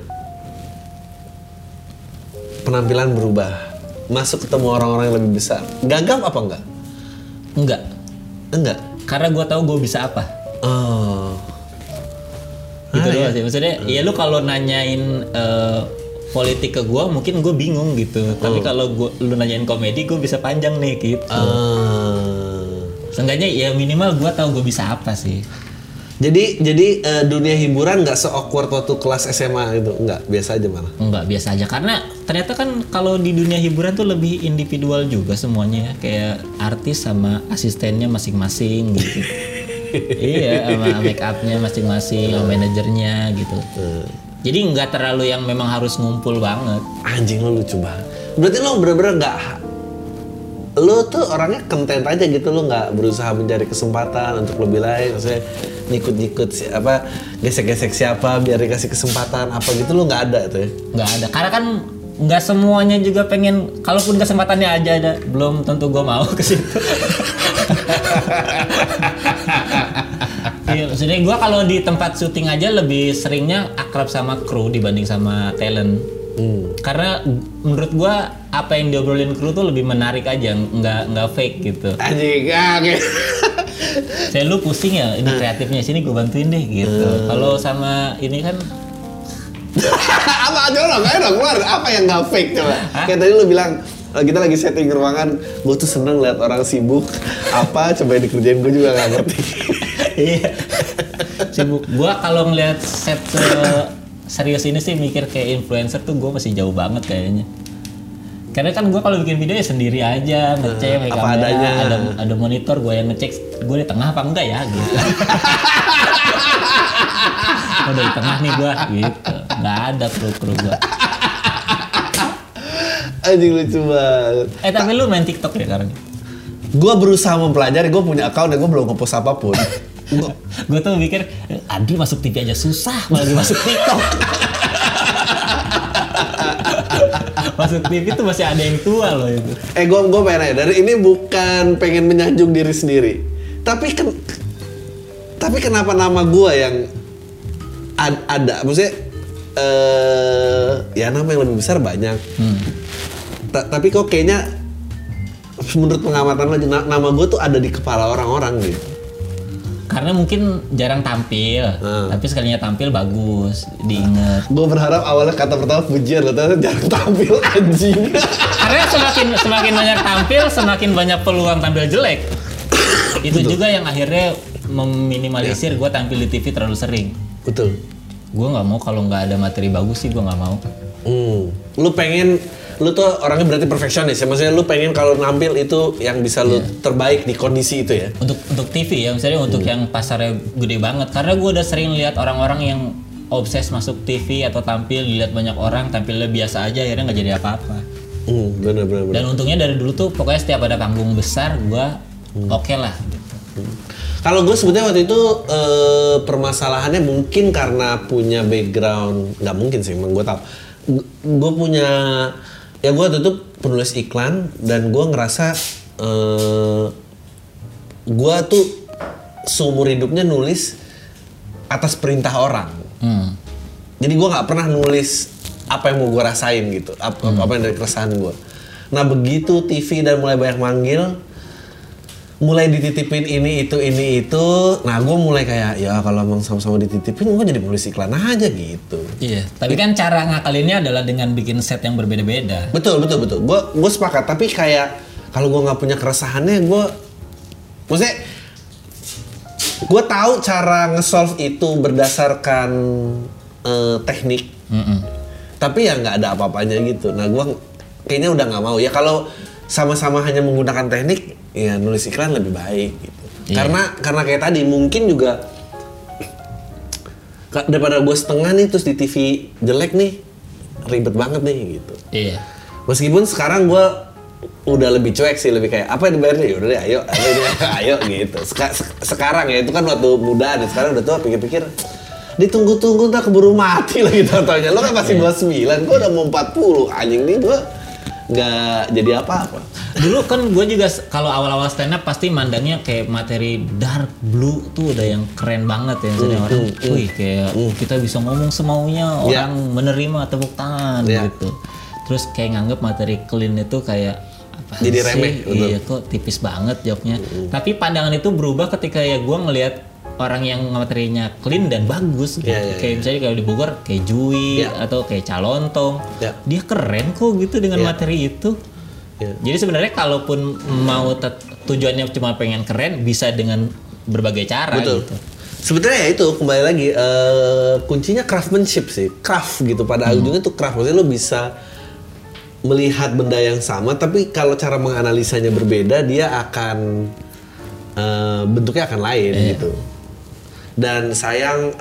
S1: Penampilan berubah, masuk ketemu orang-orang yang lebih besar. Gagap apa enggak? Enggak.
S2: Karena gue tahu gue bisa apa.
S1: Oh.
S2: Gitu doang sih. Maksudnya, ya lu kalau nanyain politik ke gue, mungkin gue bingung gitu. Tapi kalau lu nanyain komedi, gue bisa panjang nih gitu. Seenggaknya ya minimal gue tahu gue bisa apa sih.
S1: Jadi dunia hiburan nggak se-awkward waktu kelas SMA itu? Nggak, biasa aja malah?
S2: Nggak, biasa aja. Karena ternyata kan kalau di dunia hiburan tuh lebih individual juga semuanya ya. Kayak artis sama asistennya masing-masing gitu. Iya, sama make upnya masing-masing, sama manajernya gitu. Jadi nggak terlalu yang memang harus ngumpul banget.
S1: Anjing lo lucu banget. Berarti lo bener-bener nggak... Lo tuh orangnya content aja gitu, lo nggak berusaha mencari kesempatan untuk lebih lain, maksudnya ngikut-ngikut gesek-gesek siapa biar dikasih kesempatan apa gitu, lo nggak ada tuh ya?
S2: Nggak ada, karena kan nggak semuanya juga pengen, kalaupun kesempatannya aja ada, belum tentu gue mau ke situ. Iya, maksudnya gue kalau di tempat syuting aja lebih seringnya akrab sama kru dibanding sama talent. Karena menurut gua apa yang diobrolin kru tuh lebih menarik aja, nggak fake gitu.
S1: Anjing,
S2: Saya lu pusing ya, ini kreatifnya sini gua bantuin deh gitu. Kalau sama ini kan
S1: apa aja lo nggak ada keluar apa yang nggak fake coba? Kayak tadi lu bilang kita lagi setting ruangan, gua tuh seneng lihat orang sibuk apa coba yang dikerjain gua juga nggak ngerti.
S2: Iya, sibuk. Gua kalau ngeliat set serius ini sih mikir kayak influencer tuh gue masih jauh banget kayaknya. Karena kan gue kalau bikin video ya sendiri aja, ngecek pakai kamera, ada monitor gue yang ngecek gue di tengah apa enggak ya gitu. Oh dari tengah nih gue gitu, nggak ada kru gue.
S1: Anjing lucu banget.
S2: Tapi lu main TikTok ya sekarang?
S1: Gue berusaha mempelajari, gue punya account dan gue belum ngepost apapun.
S2: Gue tuh mikir, Adri masuk TV aja susah, malah masuk TikTok. Masuk TV tuh masih ada yang tua loh itu.
S1: Gue pengen nanya, dari ini bukan pengen menyanjung diri sendiri, tapi kenapa nama gue yang ada, maksudnya ya nama yang lebih besar banyak. Tapi kok kayaknya menurut pengamatan lo nama gue tuh ada di kepala orang-orang gitu.
S2: Karena mungkin jarang tampil, tapi sekalinya tampil bagus, diinget.
S1: Gue berharap awalnya kata pertama pujian loh, ternyata jarang tampil anjing.
S2: Karena semakin banyak tampil, semakin banyak peluang tampil jelek. Itu juga yang akhirnya meminimalisir gue tampil di TV terlalu sering.
S1: Betul.
S2: Gue nggak mau kalau nggak ada materi bagus sih, gue nggak mau.
S1: Lu tuh orangnya berarti perfeksionis ya, maksudnya lu pengen kalau nampil itu yang bisa lu terbaik di kondisi itu ya.
S2: Untuk TV ya, misalnya untuk yang pasarnya gede banget, karena gue udah sering lihat orang-orang yang obses masuk TV atau tampil, dilihat banyak orang tampilnya biasa aja, akhirnya nggak jadi apa-apa.
S1: Bener.
S2: Dan untungnya dari dulu tuh pokoknya setiap ada panggung besar gue oke lah.
S1: Kalau gue sebetulnya waktu itu permasalahannya mungkin karena punya background, nggak mungkin sih, emang gue tau. Gue punya, ya gue waktu itu penulis iklan dan gue ngerasa gue tuh seumur hidupnya nulis atas perintah orang. Jadi gue nggak pernah nulis apa yang mau gue rasain gitu, apa yang dari keresahan gue. Nah begitu TV dan mulai banyak manggil, mulai dititipin ini itu, nah gue mulai kayak ya kalau emang sama-sama dititipin gue jadi nulis iklan aja gitu.
S2: Iya. Tapi kan cara ngakalinnya adalah dengan bikin set yang berbeda-beda.
S1: Betul. Gue sepakat. Tapi kayak kalau gue nggak punya keresahannya, maksudnya gue tahu cara nge-solve itu berdasarkan teknik. Tapi ya nggak ada apa-apanya gitu. Nah gue kayaknya udah nggak mau ya kalau sama-sama hanya menggunakan teknik ya nulis iklan lebih baik gitu. Karena kayak tadi mungkin juga daripada gue setengah nih terus di TV jelek nih ribet banget nih gitu.
S2: Iya.
S1: Meskipun sekarang gue udah lebih cuek sih, lebih kayak apa yang dibayar nih, udah deh ayo gitu. Sekarang ya itu kan waktu muda dan sekarang udah tua pikir-pikir ditunggu-tunggu ntar keburu mati lagi contohnya. Lo kan masih 29, gue udah mau 40, anjing nih gue nggak jadi apa-apa.
S2: Dulu kan gue juga kalau awal-awal stand up pasti mandangnya kayak materi dark blue tuh udah yang keren banget ya. Misalnya orang, wih kayak kita bisa ngomong semaunya, orang menerima tepuk tangan gitu. Terus kayak nganggep materi clean itu kayak apa
S1: jadi
S2: sih?
S1: Remeh.
S2: Iya kok tipis banget jawabnya. Tapi pandangan itu berubah ketika ya gue ngelihat orang yang materinya clean dan bagus gitu. Kayak misalnya kalau di Bogor kayak Jui atau kayak Calontong. Dia keren kok gitu dengan materi itu. Jadi sebenarnya kalaupun mau tujuannya cuma pengen keren bisa dengan berbagai cara gitu.
S1: Sebetulnya ya itu kembali lagi kuncinya craftsmanship sih. Craft gitu pada ujungnya tuh craft. Maksudnya lo bisa melihat benda yang sama tapi kalau cara menganalisanya berbeda dia akan bentuknya akan lain gitu. Dan sayang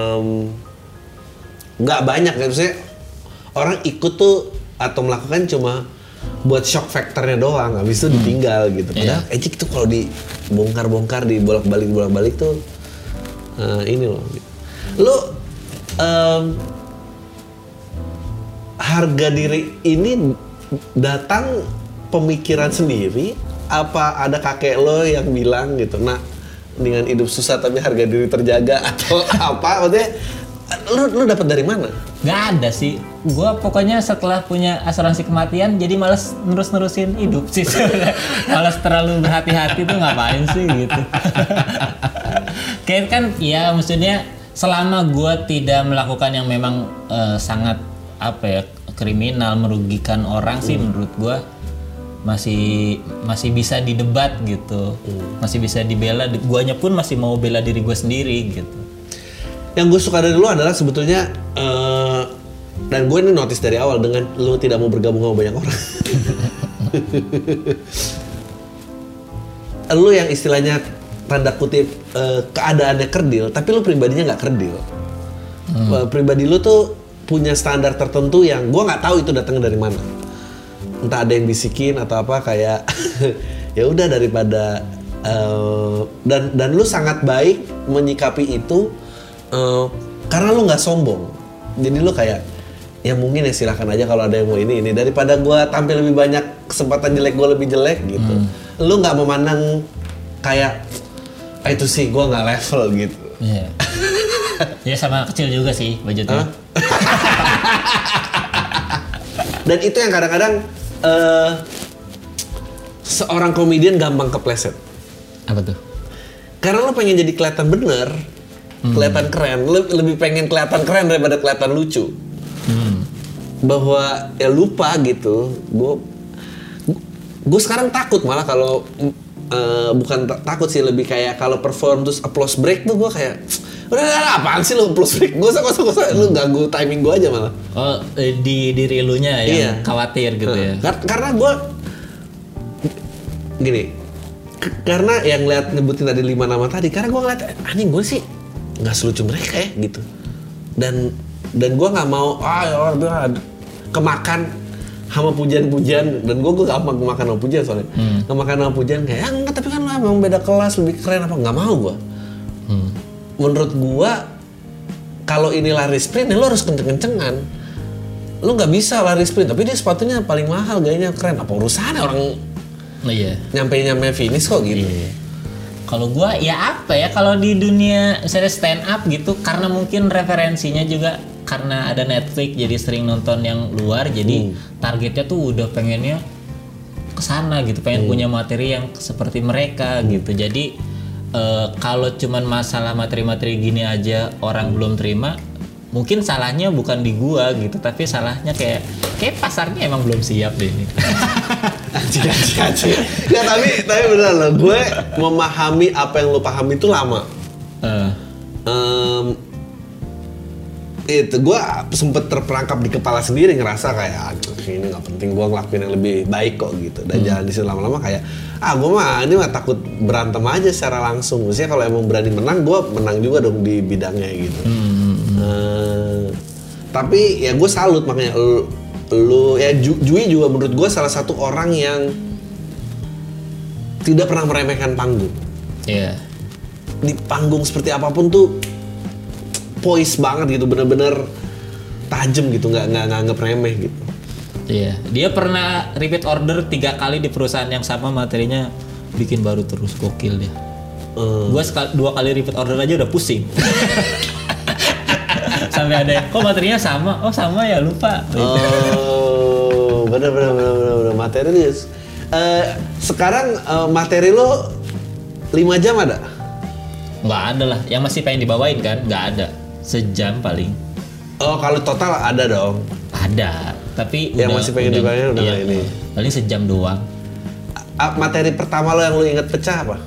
S1: nggak banyak kan, maksudnya orang ikut tuh atau melakukan cuma buat shock factornya doang, habis itu ditinggal gitu. Padahal ejek tuh kalau dibongkar-bongkar, dibolak-balik tuh ini loh. Lo harga diri ini datang pemikiran sendiri apa ada kakek lo yang bilang gitu, nah dengan hidup susah tapi harga diri terjaga atau apa? Maksudnya lu dapat dari mana?
S2: Nggak ada sih. Gua pokoknya setelah punya asuransi kematian jadi malas nerusin hidup sih. Malas terlalu berhati-hati tuh ngapain sih gitu. Kayak kan ya maksudnya selama gua tidak melakukan yang memang sangat apa ya kriminal merugikan orang sih menurut gua masih bisa didebat gitu, masih bisa dibela. Guanya pun masih mau bela diri gue sendiri gitu.
S1: Yang gue suka dari lu adalah sebetulnya dan gue ini notice dari awal dengan lu tidak mau bergabung sama banyak orang. Lu yang istilahnya tanda kutip keadaannya kerdil, tapi lu pribadinya nggak kerdil. Pribadi lu tuh punya standar tertentu yang gue nggak tahu itu datangnya dari mana. Entah ada yang bisikin atau apa kayak ya udah daripada dan lu sangat baik menyikapi itu karena lu nggak sombong. Jadi lu kayak ya mungkin ya silakan aja kalau ada yang mau ini daripada gua tampil lebih banyak kesempatan jelek gua lebih jelek gitu. Lu nggak memandang kayak itu sih gua nggak level gitu.
S2: Iya. Ya sama kecil juga sih budgetnya.
S1: Dan itu yang kadang-kadang seorang komedian gampang kepleset.
S2: Apa tuh?
S1: Karena lo pengen jadi kelihatan bener, kelihatan keren. Lo lebih pengen kelihatan keren daripada kelihatan lucu. Bahwa ya lupa gitu. Gue sekarang takut malah kalau bukan takut sih, lebih kayak kalau perform terus applause break tuh gue kayak udah apaan sih lo applause break? Gue usah lu ganggu timing gue aja malah.
S2: Oh di diri lu nya yang khawatir gitu ya?
S1: Karena gue gini, karena yang lihat nyebutin tadi 5 nama tadi, karena gue ngeliat anjing gue sih nggak selucu mereka ya gitu. Dan gue nggak mau kemakan sama pujian-pujian, dan gue gampang kemakan sama pujian soalnya. Kemakan sama pujian kayak enggak, tapi kan lo emang beda kelas, lebih keren apa, nggak mau gue. Menurut gue kalau ini lari sprint ya lo harus kenceng-kencengan. Lo nggak bisa lari sprint tapi dia sepatunya paling mahal, gayanya keren, apa urusannya orang nyampe finish kok gitu.
S2: Kalau gue ya apa ya, kalau di dunia misalnya stand up gitu, karena mungkin referensinya juga karena ada Netflix jadi sering nonton yang luar, jadi targetnya tuh udah pengennya kesana gitu, pengen punya materi yang seperti mereka gitu. Jadi kalau cuman masalah materi-materi gini aja orang belum terima, mungkin salahnya bukan di gua gitu, tapi salahnya kayak pasarnya emang belum siap deh ini.
S1: Anjing. Ya tapi beneran loh, gue memahami apa yang lo pahami itu lama. Itu gue sempet terperangkap di kepala sendiri, ngerasa kayak ini nggak penting, gue ngelakuin yang lebih baik kok gitu. Dan jalan di sini lama-lama kayak gue ini mah takut berantem aja secara langsung. Maksudnya kalau emang berani menang, gue menang juga dong di bidangnya gitu. Tapi ya gue salut, makanya lu ya Jui juga menurut gue salah satu orang yang tidak pernah meremehkan panggung.
S2: Iya.
S1: Di panggung seperti apapun tuh poise banget gitu, bener-bener tajam gitu, nggak nganggep remeh gitu.
S2: Iya, dia pernah repeat order 3 kali di perusahaan yang sama, materinya bikin baru terus, gokil dia. Gua 2 kali repeat order aja udah pusing. Sampai ada yang, kok materinya sama? Oh sama ya, lupa.
S1: Oh, bener materi dia. Sekarang materi lo 5 jam ada?
S2: Nggak ada lah, yang masih pengen dibawain kan, nggak ada. Sejam paling.
S1: Oh, kalau total ada dong?
S2: Ada, tapi
S1: yang masih pengen dibawain udah ini.
S2: Paling sejam doang.
S1: Materi pertama lo yang lo inget pecah apa?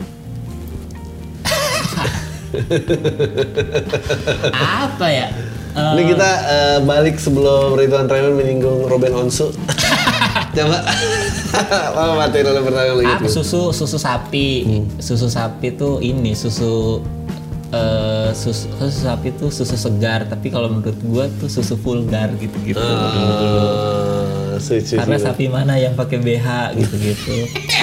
S2: Apa ya?
S1: Ini kita balik sebelum Ridwan Ramil menyinggung Ruben Onsu. Coba apa materi lo pertama lo inget?
S2: Susu sapi. Susu sapi tuh ini susu sapi tuh susu segar, tapi kalau menurut gua tuh susu vulgar gitu-gitu. Karena sapi mana yang pakai BH gitu-gitu.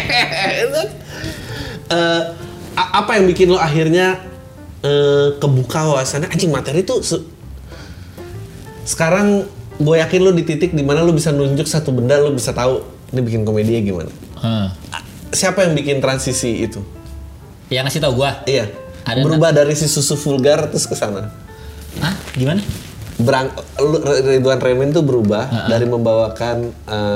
S1: Apa yang bikin lo akhirnya kebuka wawasannya, anjing materi tuh sekarang gue yakin lo di titik dimana lo bisa nunjuk satu benda, lo bisa tahu ini bikin komedinya gimana. Siapa yang bikin transisi itu?
S2: Yang ngasih tau gua?
S1: Iya. Berubah dari si susu vulgar terus ke sana.
S2: Hah? Gimana?
S1: Ridwan Ramil tuh berubah dari membawakan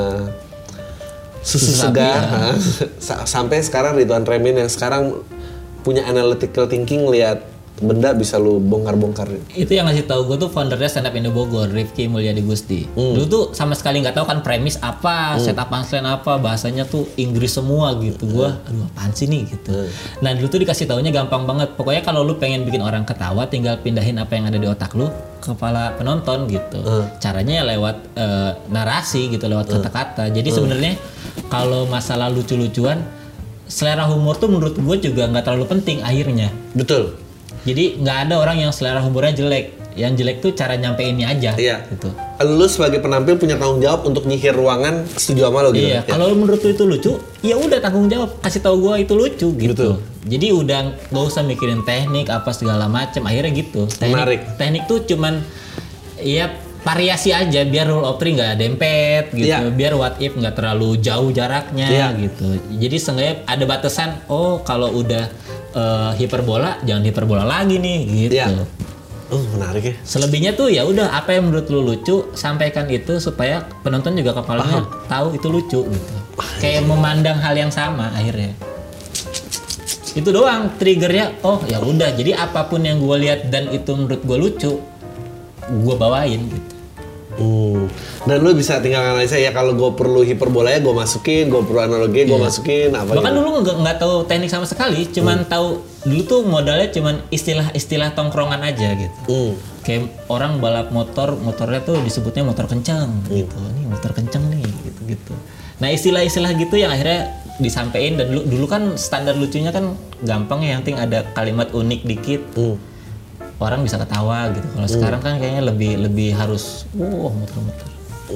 S1: susu segar sampai sekarang Ridwan Ramil yang sekarang punya analytical thinking, lihat benda bisa lu bongkar-bongkar.
S2: Itu yang ngasih tahu gue tuh foundernya Stand Up Indo Bogor, Rifki Mulyadi Gusti. Dulu tuh sama sekali nggak tahu kan premis apa, setup punchline apa, bahasanya tuh Inggris semua gitu. Gue, aduh apaan sih nih gitu. Nah dulu tuh dikasih taunya gampang banget. Pokoknya kalau lu pengen bikin orang ketawa, tinggal pindahin apa yang ada di otak lu ke kepala penonton gitu. Caranya ya lewat narasi gitu, lewat kata-kata. Jadi sebenarnya kalau masalah lucu-lucuan, selera humor tuh menurut gue juga nggak terlalu penting akhirnya.
S1: Betul.
S2: Jadi nggak ada orang yang selera humornya jelek. Yang jelek tuh cara nyampeinnya aja.
S1: Iya.
S2: Gitu.
S1: Lu sebagai penampil punya tanggung jawab untuk nyihir ruangan, setuju sama lo gitu.
S2: Iya. Kalau menurut lu itu lucu, ya udah tanggung jawab, kasih tahu gua itu lucu gitu.
S1: Betul.
S2: Jadi udah nggak usah mikirin teknik apa segala macem. Akhirnya gitu. Teknik tuh cuman ya variasi aja biar rule of three nggak dempet gitu. Iya. Biar what if nggak terlalu jauh jaraknya gitu. Jadi seenggaknya ada batasan. Oh kalau udah hiperbola jangan hiperbola lagi nih gitu.
S1: Iya. Menarik ya.
S2: Selebihnya tuh ya udah apa yang menurut lu lucu, sampaikan itu supaya penonton juga kepalanya tahu itu lucu gitu. Kayak memandang hal yang sama akhirnya. Itu doang triggernya. Oh ya udah, jadi apapun yang gue lihat dan itu menurut gue lucu, gue bawain gitu.
S1: Dan lu bisa tinggal analisa ya, kalau gue perlu hiperbolanya gue masukin, gue perlu analogi gue masukin apa.
S2: Bahkan dulu nggak tahu teknik sama sekali, cuman tahu dulu tuh modalnya cuman istilah-istilah tongkrongan aja gitu. Kayak orang balap motornya tuh disebutnya motor kencang gitu. Ini motor kencang nih gitu. Nah istilah-istilah gitu yang akhirnya disampaikan, dan dulu kan standar lucunya kan gampang ya, yang penting ada kalimat unik dikit. Orang bisa ketawa gitu. Kalau sekarang kan kayaknya lebih harus muter-muter.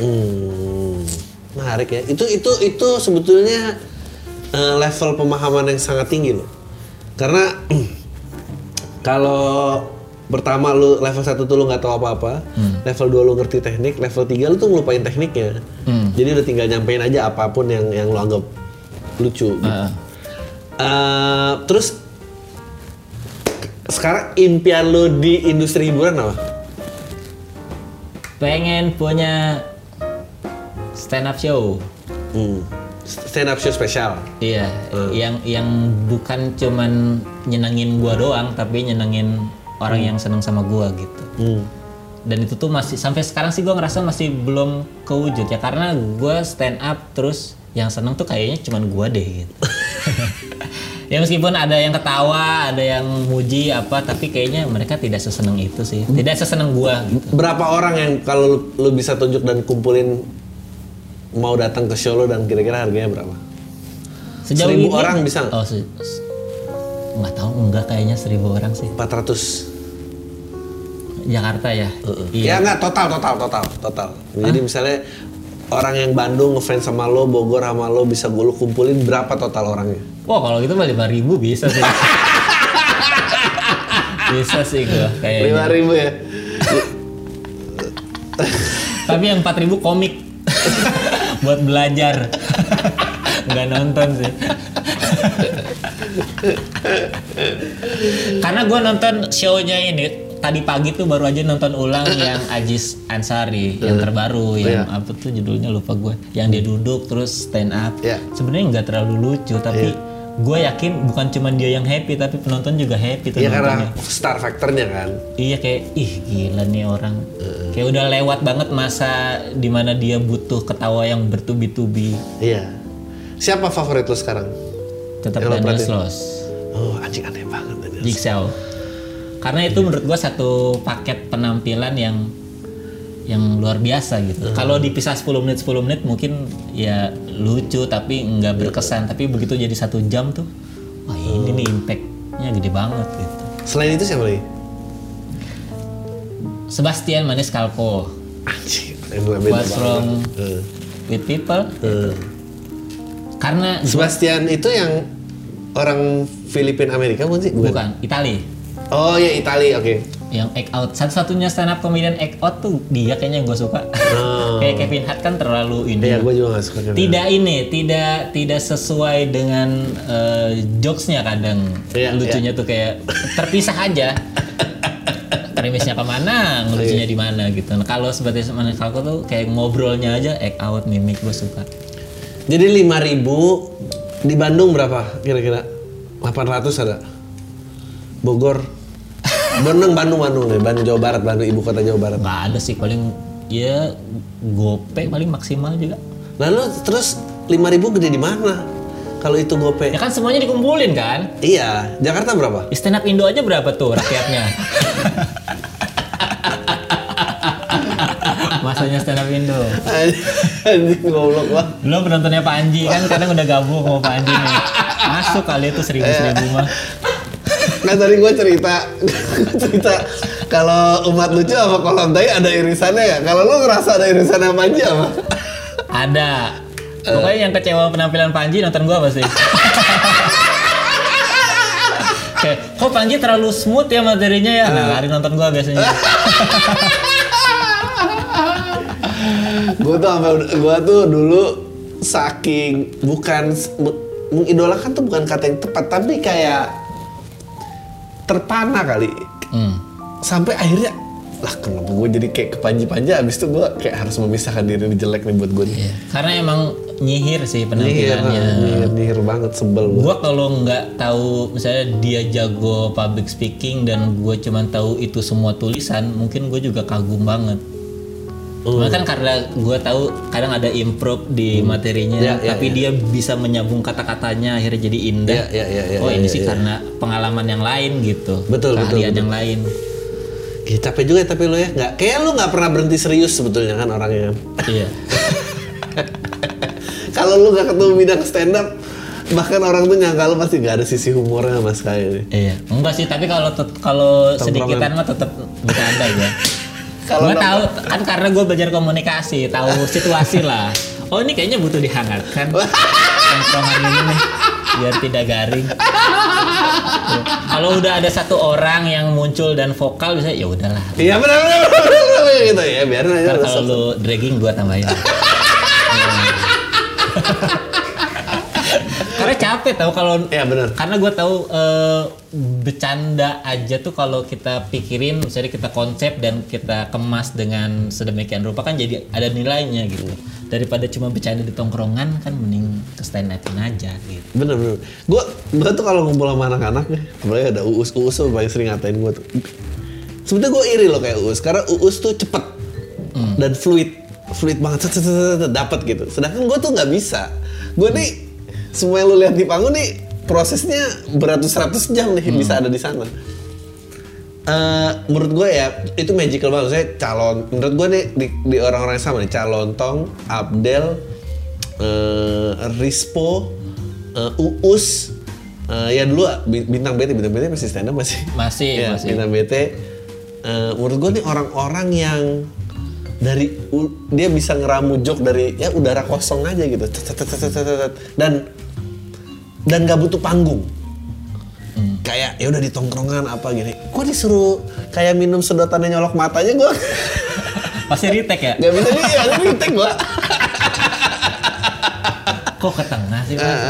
S1: Menarik ya. Itu sebetulnya level pemahaman yang sangat tinggi loh. Karena kalau pertama lu level 1 tuh lu nggak tahu apa-apa, level 2 lu ngerti teknik, level 3 lu tuh ngelupain tekniknya. Jadi udah tinggal nyampein aja apapun yang lu anggap lucu gitu. Terus sekarang impian lo di industri hiburan apa?
S2: pengen punya stand up show.
S1: Stand up show spesial.
S2: Iya, yang bukan cuman nyenengin gua doang, tapi nyenengin orang yang seneng sama gua gitu. Dan itu tuh masih sampai sekarang sih gua ngerasa masih belum kewujud ya, karena gua stand up terus yang seneng tuh kayaknya cuman gua deh gitu. Ya meskipun ada yang ketawa, ada yang muji apa, tapi kayaknya mereka tidak seseneng itu sih. Tidak seseneng gua gitu.
S1: Berapa orang yang kalau lu bisa tunjuk dan kumpulin mau datang ke show lo dan kira-kira harganya berapa?
S2: Sejauh
S1: 1000
S2: ini,
S1: orang bisa nggak?
S2: Oh, nggak tahu, enggak kayaknya 1000 orang sih.
S1: 400
S2: Jakarta ya?
S1: Ya nggak, total. Jadi misalnya orang yang Bandung ngefans sama lo, Bogor sama lo, bisa gue lo kumpulin berapa total orangnya?
S2: Wah kalau gitu mah 5.000 bisa sih. Bisa sih gue kayaknya.
S1: 5.000 ya?
S2: Tapi yang 4.000 komik. Buat belajar. Nggak nonton sih. Karena gue nonton show-nya ini tadi pagi tuh baru aja nonton ulang yang Ajis Ansari yang terbaru, yang apa tuh judulnya lupa gue, yang dia duduk terus stand up. Sebenarnya nggak terlalu lucu, tapi gue yakin bukan cuma dia yang happy, tapi penonton juga happy tuh nontonnya.
S1: Karena star factornya kan.
S2: Iya, kayak ih gila nih orang. Kayak udah lewat banget masa dimana dia butuh ketawa yang bertubi-tubi.
S1: Iya. Siapa favorit lo sekarang?
S2: Tetap Daniel Sloss.
S1: Oh anjing, aneh banget Daniel.
S2: Jigsaw. Karena itu menurut gua satu paket penampilan yang luar biasa gitu. Kalau dipisah 10 menit mungkin ya lucu tapi nggak berkesan. Tapi begitu jadi 1 jam tuh, wah ini nih impact-nya gede banget gitu.
S1: Selain itu siapa lagi?
S2: Sebastian Maniscalco.
S1: Anjing,
S2: What's Wrong with People. Karena
S1: Sebastian itu yang orang Filipina Amerika bukan sih?
S2: Bukan, Itali.
S1: Oh ya, Itali, oke.
S2: Yang act out, satu-satunya stand up comedian act out tuh dia kayaknya gue suka. Kayak Kevin Hart kan terlalu ini.
S1: Iya, gue juga gak suka Kevin Hart.
S2: Tidak sesuai dengan jokesnya kadang. Lucunya tuh kayak terpisah aja. Premisnya kemana, ngelucunya di mana gitu. Nah, kalau Sebastian Maniscalco tuh kayak ngobrolnya aja act out, mimik, gue suka.
S1: Jadi 5.000 di Bandung berapa kira-kira? 800 ada. Bogor. Bandung deh, Bandung Jawa Barat, Bandung ibu kota Jawa Barat.
S2: Nggak ada sih, paling ya gope paling maksimal juga.
S1: Lalu terus 5.000 gede di mana? Kalau itu gope?
S2: Ya kan semuanya dikumpulin kan?
S1: Iya, Jakarta berapa?
S2: Stand up Indo aja berapa tuh rakyatnya? Masanya stand up Indo.
S1: Anjing goblok banget.
S2: Lo penontonnya Panji kan kadang udah gabung sama Panji nih. Masuk kali itu 1000 mah.
S1: Kan tadi gue cerita kalau umat lucu sama kolom tai ada irisannya ya. Kalau lo ngerasa ada irisannya Panji apa?
S2: Ada. Pokoknya yang kecewa penampilan Panji nonton gue apa sih? Kayak, kok Panji terlalu smooth ya materinya ya? Nah, lari nonton gue biasanya.
S1: Gue tuh dulu saking bukan mengidolakan tuh bukan kata yang tepat, tapi kayak terpana kali. Sampai akhirnya lah kenapa gue jadi kayak ke Panji abis itu gue kayak harus memisahkan diri ini jelek nih buat gue nih.
S2: Iya. Karena emang nyihir sih penampilannya.
S1: Nyihir banget, sebel.
S2: Gue kalau nggak tahu misalnya dia jago public speaking dan gue cuma tahu itu semua tulisan, mungkin gue juga kagum banget. Cuma kan karena gue tahu kadang ada improv di materinya, tapi dia bisa menyambung kata-katanya akhirnya jadi indah. Ini sih karena pengalaman yang lain gitu.
S1: Betul.
S2: Yang lain.
S1: Capek juga tapi lo ya, kayak lo nggak pernah berhenti serius sebetulnya kan orangnya.
S2: Iya.
S1: Kalau lo nggak ketemu bidang stand up, bahkan orang tuh nyangka lo pasti nggak ada sisi humornya sama sekali.
S2: Iya, enggak sih, tapi kalau sedikitan mah tetap bercanda ya. Gue tahu kan karena gue belajar komunikasi, tahu situasi lah. Oh ini kayaknya butuh dihangatkan. Tongkrongan ini nih, biar tidak garing. Kalau udah ada satu orang yang muncul dan vokal bisa ya udahlah.
S1: Iya benar gitu ya, biarin aja.
S2: Kalau lu dragging gue tambahin. Karena capek tau kalau
S1: Iya benar.
S2: karena gue tahu bercanda aja tuh kalau kita pikirin misalnya kita konsep dan kita kemas dengan sedemikian rupa kan jadi ada nilainya gitu. Daripada cuma bercanda di tongkrongan kan mending ke stand up-in aja gitu.
S1: Bener. Gue tuh kalau ngumpul sama anak-anak nih, apalagi ada Uus tuh paling sering ngatain gue tuh. Sebenarnya gue iri loh kayak Uus, karena Uus tuh cepet dan fluid banget, dapat gitu. Sedangkan gue tuh nggak bisa. Gue nih semua yang lu lihat di panggung nih prosesnya beratus-ratus jam nih bisa ada di sana. Menurut gue ya itu magical banget. Saya menurut gue nih di orang-orang yang sama nih, Calontong, Abdel, Rispo, Uus, ya dulu bintang BT masih stand up masih.
S2: Masih.
S1: Bintang BT. Menurut gue nih orang-orang yang dia bisa ngeramu joke dari ya udara kosong aja gitu, dan nggak butuh panggung. Kayak ya udah di tongkrongan apa gini, gue disuruh kayak minum sedotannya nyolok matanya gue
S2: pasti retake ya?
S1: Nggak bisa retake gue.
S2: Kok ke tengah sih Mas?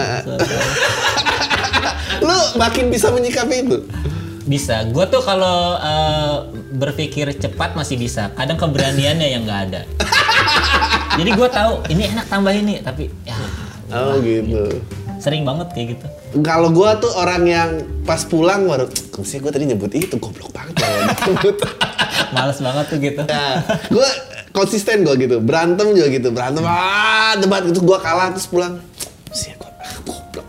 S1: Lu makin bisa menyikapi itu.
S2: Bisa, gue tuh kalau berpikir cepat masih bisa. Kadang keberaniannya yang nggak ada. Jadi gue tahu ini enak tambah ini, tapi ya.
S1: Oh gitu.
S2: Sering banget kayak gitu.
S1: Kalau gue tuh orang yang pas pulang baru, sih gue tadi nyebut itu goblok banget banget.
S2: Males banget tuh gitu.
S1: Nah, gue konsisten gue gitu, berantem juga gitu, debat gitu, gue kalah terus pulang. Sih gue goblok.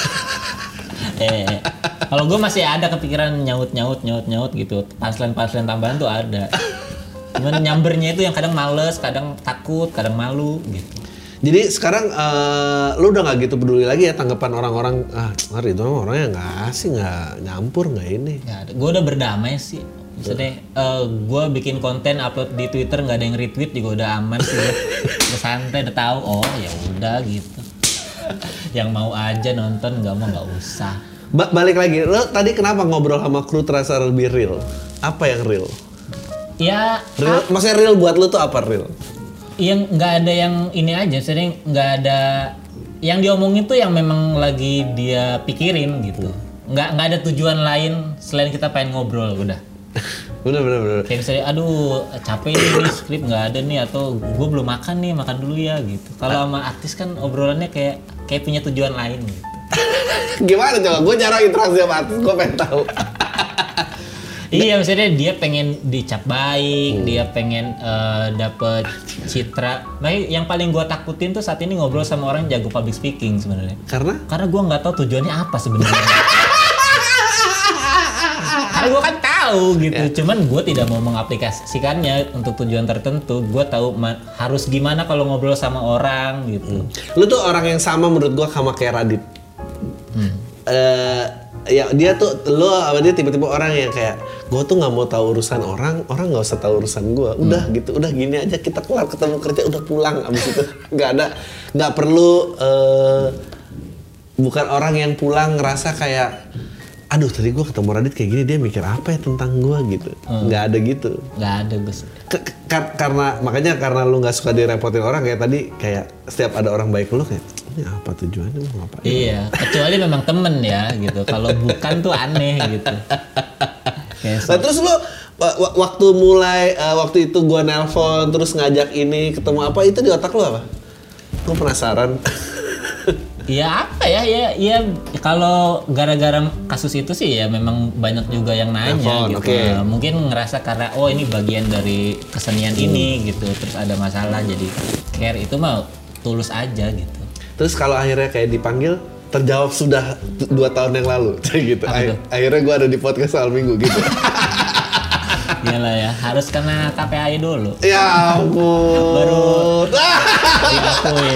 S2: Kalau gue masih ada kepikiran nyaut gitu. Punchline tambahan tuh ada. Cuman nyambernya itu yang kadang males, kadang takut, kadang malu gitu.
S1: Jadi sekarang lu udah nggak gitu peduli lagi ya tanggapan orang-orang, Hari itu orangnya nggak asing, nggak nyampur, nggak ini.
S2: Gue udah berdamai sih. Maksudnya gue bikin konten upload di Twitter nggak ada yang retweet juga udah aman sih. Udah santai, udah tahu. Oh ya udah gitu. Yang mau aja nonton, nggak mau nggak usah.
S1: Balik lagi, lo tadi kenapa ngobrol sama kru terasa lebih real? Apa yang real?
S2: Ya.
S1: Real, maksudnya real buat lo tuh apa real?
S2: Yang nggak ada yang ini aja, sering nggak ada yang diomongin tuh yang memang lagi dia pikirin gitu. Nggak ada tujuan lain selain kita pengen ngobrol udah.
S1: Bener.
S2: Kayak misalnya, aduh capek nih skrip nggak ada nih, atau gue belum makan nih, makan dulu ya gitu. Kalau sama artis kan obrolannya kayak punya tujuan lain gitu.
S1: Gimana coba? Gue jarang interaksi sama artis, gue pengen tahu.
S2: Iya, misalnya dia pengen dicap baik, dia pengen dapet citra. Nah, yang paling gue takutin tuh saat ini ngobrol sama orang jago public speaking sebenarnya. Karena gue nggak tahu tujuannya apa sebenarnya. Karena gue kan tahu gitu, cuman gue tidak mau mengaplikasikannya untuk tujuan tertentu. Gue tahu harus gimana kalau ngobrol sama orang gitu.
S1: Lu tuh orang yang sama menurut gue sama kayak Radit. Ya dia tuh dia tiba-tiba orang yang kayak gue tuh nggak mau tahu urusan orang nggak usah tahu urusan gue, udah gitu, udah gini aja, kita kelar ketemu kerja udah pulang, abis itu nggak perlu bukan orang yang pulang ngerasa kayak aduh tadi gue ketemu Radit kayak gini, dia mikir apa ya tentang gue gitu. Nggak ada gitu.
S2: Nggak ada Gus.
S1: Karena lu nggak suka direpotin orang kayak tadi, kayak setiap ada orang baik lu kayak ini apa tujuannya, mau ngapain?
S2: Iya, kecuali memang temen ya gitu. Kalau bukan tuh aneh gitu.
S1: Nah, terus lu waktu itu gue nelpon terus ngajak ini ketemu apa, itu di otak lu apa? Gue penasaran.
S2: Ya apa ya kalau gara-gara kasus itu sih ya memang banyak juga yang nanya gitu.
S1: Okay.
S2: Mungkin ngerasa karena ini bagian dari kesenian ini gitu, terus ada masalah jadi care, itu mah tulus aja gitu.
S1: Terus kalau akhirnya kayak dipanggil terjawab sudah 2 tahun yang lalu gitu. Akhirnya gue ada di podcast Al Minggu gitu.
S2: Iyalah ya, harus kena KPAI dulu.
S1: Ya ampun.
S2: Baru diakui.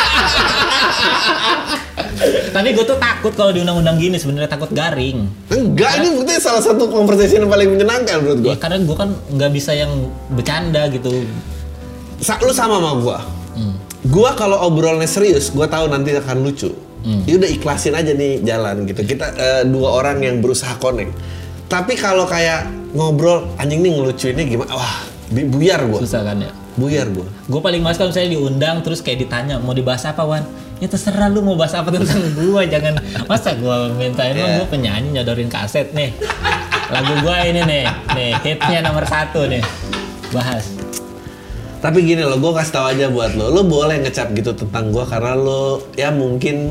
S2: Tapi gue tuh takut kalau di undang-undang gini, sebenarnya takut garing.
S1: Enggak, ini buktinya salah satu conversation yang paling menyenangkan menurut gue.
S2: Ya, karena gue kan nggak bisa yang bercanda gitu.
S1: Lu sama gue. Gue kalau obrolannya serius, gue tahu nanti akan lucu. Ya udah ikhlasin aja nih jalan gitu. Kita 2 orang yang berusaha connect. Tapi kalau kayak ngobrol anjing nih ngelucuinnya gimana? Wah, buyar gue.
S2: Susah kan ya?
S1: Buyar gue.
S2: Gue paling males kalau misalnya diundang terus kayak ditanya mau dibahas apa Wan? Ya terserah lu mau bahas apa tentang gua, jangan masa gua mintain lo gua penyanyi nyodorin kaset nih. Lagu gua ini nih hitnya nomor 1 nih. Bahas.
S1: Tapi gini loh, gue kasih tau aja buat lo boleh ngecap gitu tentang gue karena lo ya mungkin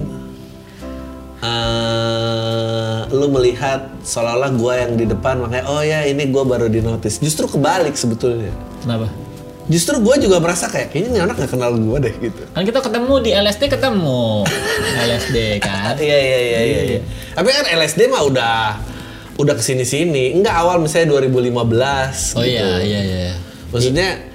S1: lo melihat seolah-olah gue yang di depan, makanya oh ya ini gue baru di notice. Justru kebalik sebetulnya.
S2: Kenapa?
S1: Justru gue juga merasa kayaknya ini anak gak kenal gue deh gitu.
S2: Kan kita ketemu di LSD LSD kan?
S1: Iya. Tapi kan LSD mah udah kesini-sini. Enggak, awal misalnya 2015
S2: Oh
S1: gitu.
S2: iya.
S1: Maksudnya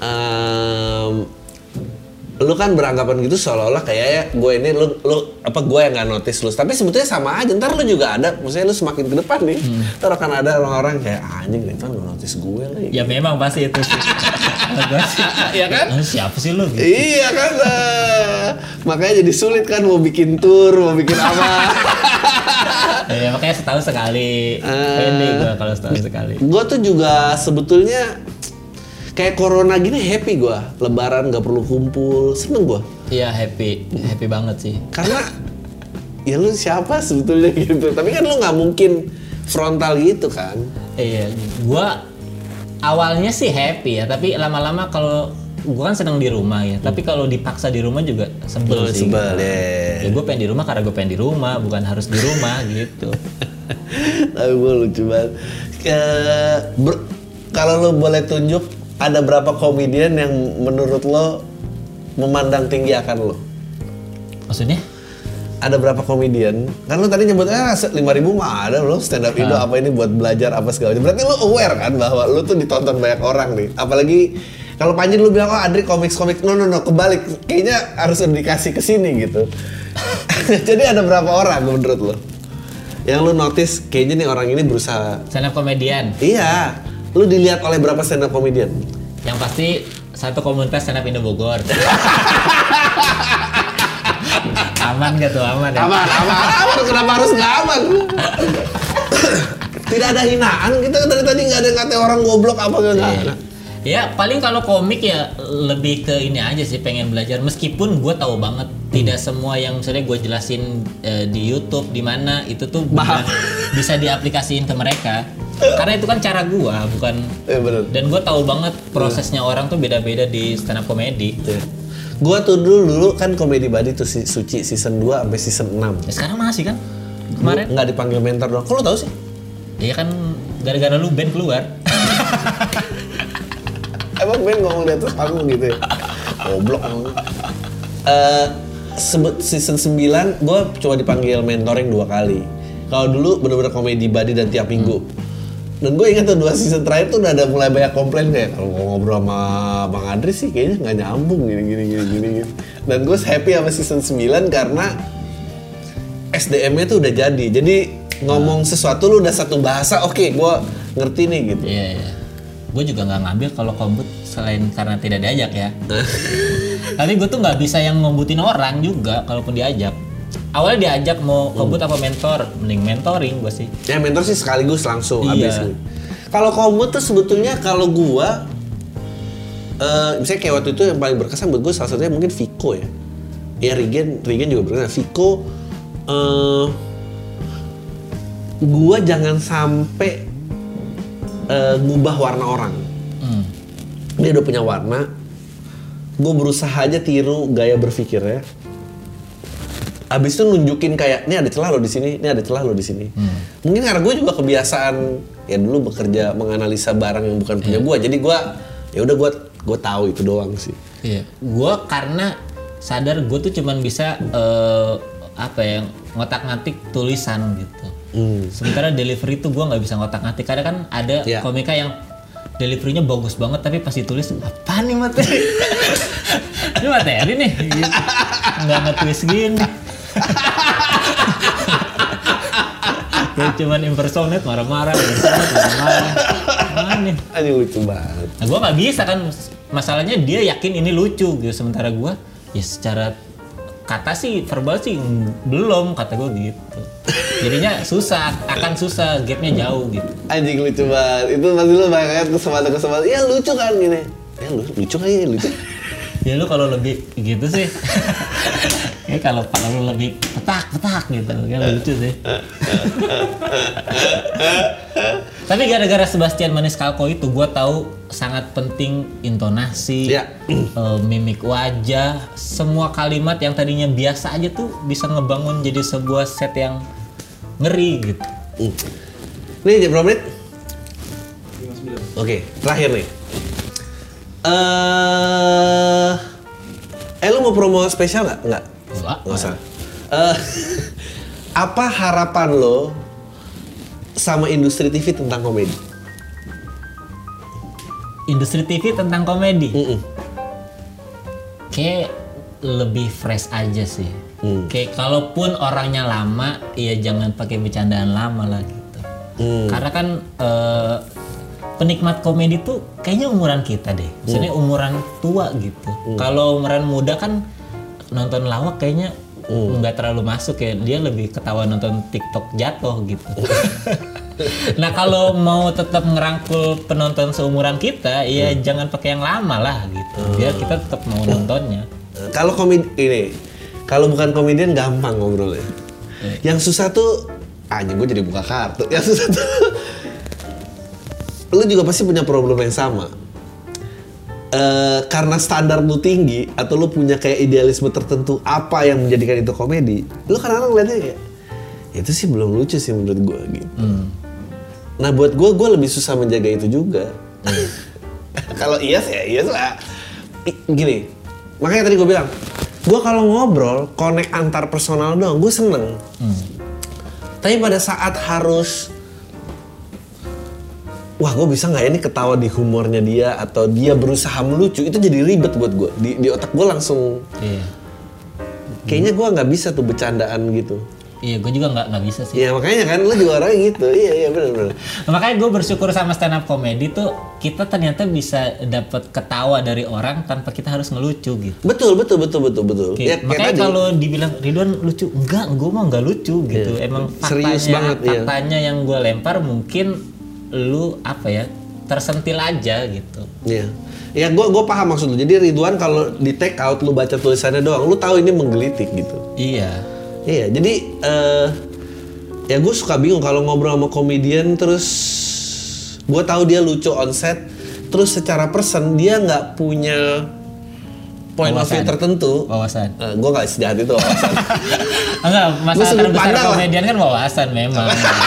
S1: lu kan beranggapan gitu seolah-olah kayak ya gue ini lu gue yang nggak notice lu, tapi sebetulnya sama aja. Ntar lu juga ada, maksudnya lu semakin ke depan nih ntar akan ada orang-orang kayak anjing nih kan nggak notice gue lagi.
S2: Ya memang pasti itu sih.
S1: Iya kan?
S2: Siapa sih lu gitu?
S1: Iya kan, makanya jadi sulit kan mau bikin tour, mau bikin apa.
S2: Ya makanya setahun sekali. Pede gue kalau setahun sekali.
S1: Gue tuh juga sebetulnya kayak corona gini happy gue, lebaran gak perlu kumpul, seneng gue.
S2: Iya happy banget sih.
S1: Karena ya lu siapa sebetulnya gitu, tapi kan lu nggak mungkin frontal gitu kan.
S2: Iya, gue awalnya sih happy ya, tapi lama-lama kalau gue kan seneng di rumah ya, tapi kalau dipaksa di rumah juga sebel sih.
S1: Sebel ya.
S2: Ya gue pengen di rumah karena gue pengen di rumah, bukan harus di rumah gitu.
S1: Tapi gue lucu banget. Kalau lu boleh tunjuk ada berapa komedian yang menurut lo memandang tinggi akan lo?
S2: Maksudnya?
S1: Ada berapa komedian? Kan lo tadi nyebutnya 5.000 mah ada lo stand up Indo apa ini buat belajar apa segala macam. Berarti lo aware kan bahwa lo tuh ditonton banyak orang nih. Apalagi kalau Panji lu bilang oh Adri komik no kebalik. Kayaknya harus dikasih ke sini gitu. Jadi ada berapa orang menurut lo? Yang lo notice kayaknya nih orang ini berusaha
S2: Stand up komedian?
S1: Iya. Lu dilihat oleh berapa stand up komedian?
S2: Yang pasti satu komunitas stand up Indo Bogor. Aman gak tuh? Aman ya?
S1: Aman. Kenapa harus nggak aman? Tidak ada hinaan. Kita dari tadi nggak ada ngatain orang goblok apa nggak.
S2: Ya paling kalau komik ya lebih ke ini aja sih, pengen belajar. Meskipun gue tahu banget tidak semua yang misalnya gue jelasin di YouTube di mana itu tuh bisa diaplikasiin ke mereka. Karena itu kan cara gue, bukan.
S1: Iya benar.
S2: Dan gue tahu banget prosesnya orang tuh beda-beda di stand up comedy.
S1: Gue tuh dulu kan Komedi Buddy tuh si Suci season 2 sampai season 6.
S2: Ya, sekarang masih kan? Kemarin
S1: nggak dipanggil mentor dong. Kok lu tahu sih?
S2: Iya kan gara-gara lu band keluar.
S1: Emang band ngomong di atas panggung gitu ya? Goblok ngomong. Season 9 gue coba dipanggil mentoring 2 kali. Kalau dulu bener-bener Komedi Buddy dan tiap minggu. Dan gue ingat tuh 2 season terakhir tuh udah ada mulai banyak komplain kayak kalau ngobrol sama Bang Adri sih kayaknya nggak nyambung gini. Dan gue happy sama season 9 karena SDM-nya tuh udah jadi. Jadi ngomong sesuatu lu udah satu bahasa, oke, gue ngerti nih gitu.
S2: Iya. Gue juga nggak ngambil kalau kombut selain karena tidak diajak ya. Tapi gue tuh nggak bisa yang ngombutin orang juga kalaupun diajak. Awalnya diajak mau kombut apa mentor, mending mentoring gue sih. Ya
S1: mentor sih sekaligus langsung
S2: habis.
S1: Kalau kombut tuh sebetulnya kalau gue, misalnya kayak waktu itu yang paling berkesan buat gue salah satunya mungkin Viko ya. Ya Regen juga berkesan. Viko, gue jangan sampai ngubah warna orang. Dia udah punya warna. Gue berusaha aja tiru gaya berpikirnya. Abis itu nunjukin kayak, ini ada celah lo di sini, ini ada celah lo di sini. Mungkin karena gue juga kebiasaan ya dulu bekerja menganalisa barang yang bukan punya gue. Jadi gue, ya udah gue tahu itu doang sih.
S2: Iya. Gue karena sadar gue tuh cuman bisa ngotak-ngatik tulisan gitu. Sementara delivery tuh gue nggak bisa ngotak-ngatik. Kadang kan ada komika yang deliverynya bagus banget tapi pas ditulis apa nih materi? Ini materi nih, gitu. Nggak nge-twist gini. Kayak cuman impersonate marah-marah. Mana?
S1: Aduh lucu banget.
S2: Nah gue nggak bisa kan, masalahnya dia yakin ini lucu gitu, sementara gue ya secara kata sih verbal sih belum, kata gue gitu. Jadinya akan susah, gapnya jauh gitu.
S1: Anjing lucu banget. Itu pasti lu banyak kesempatan. Iya lucu kan gini. Ya lucu kan ya lucu.
S2: Ya lu kalau lebih gitu sih Ya kalau Pak Lalu lebih petak gitu kan lucu sih. Tapi gara-gara Sebastian Maniscalco itu gue tahu sangat penting intonasi, mimik wajah, semua kalimat yang tadinya biasa aja tuh bisa ngebangun jadi sebuah set yang ngeri gitu.
S1: Nih berapa menit? 59. Oke, terakhir nih. Lu mau promo spesial nggak? Nggak usah. Apa harapan lo sama industri TV tentang komedi?
S2: Industri TV tentang komedi? Kayak lebih fresh aja sih. Kayak kalaupun orangnya lama, ya jangan pakai bercandaan lama lah gitu. Karena kan penikmat komedi tuh kayaknya umuran kita deh. Maksudnya umuran tua gitu. Kalau umuran muda kan nonton lawak kayaknya nggak terlalu masuk ya. Dia lebih ketawa nonton TikTok jatuh gitu. Nah kalau mau tetap ngerangkul penonton seumuran kita, ya jangan pakai yang lama lah gitu. Biar kita tetap mau nontonnya.
S1: Kalau komedi ini, kalau bukan komedian gampang ngobrolnya. Yang susah tuh, gue jadi buka kartu. Yang susah tuh, lu juga pasti punya problem yang sama. Karena standar lu tinggi atau lu punya kayak idealisme tertentu apa yang menjadikan itu komedi, lu kadang-kadang ngeliatnya kayak itu sih belum lucu sih menurut gue gitu. Nah buat gue lebih susah menjaga itu juga. Kalau iya sih, iya lah. Gini, makanya tadi gue bilang, gue kalau ngobrol, connect antar personal doang, gue seneng. Tapi pada saat harus, wah gue bisa nggak ini ketawa di humornya dia atau dia berusaha melucu, itu jadi ribet buat gue. Di otak gue langsung, kayaknya gue nggak bisa tuh bercandaan gitu.
S2: Iya, gue juga nggak bisa sih.
S1: Iya makanya kan, lu juga orangnya gitu. Iya benar.
S2: Makanya gue bersyukur sama stand up comedy tuh kita ternyata bisa dapat ketawa dari orang tanpa kita harus ngelucu gitu.
S1: Betul.
S2: Ya, makanya kalau dibilang Ridwan lucu, gue mah nggak lucu gitu. Emang faktanya yang gue lempar mungkin lu tersentil aja gitu.
S1: Iya. Ya gue paham maksud lu. Jadi Ridwan kalau di take out lu baca tulisannya doang, lu tahu ini menggelitik gitu. Iya, jadi ya gue suka bingung kalau ngobrol sama komedian terus gue tahu dia lucu on set, terus secara person dia nggak punya point of view tertentu.
S2: Wawasan.
S1: Gue nggak sejahat itu wawasan.
S2: Enggak, masalah terbesar komedian kan wawasan memang.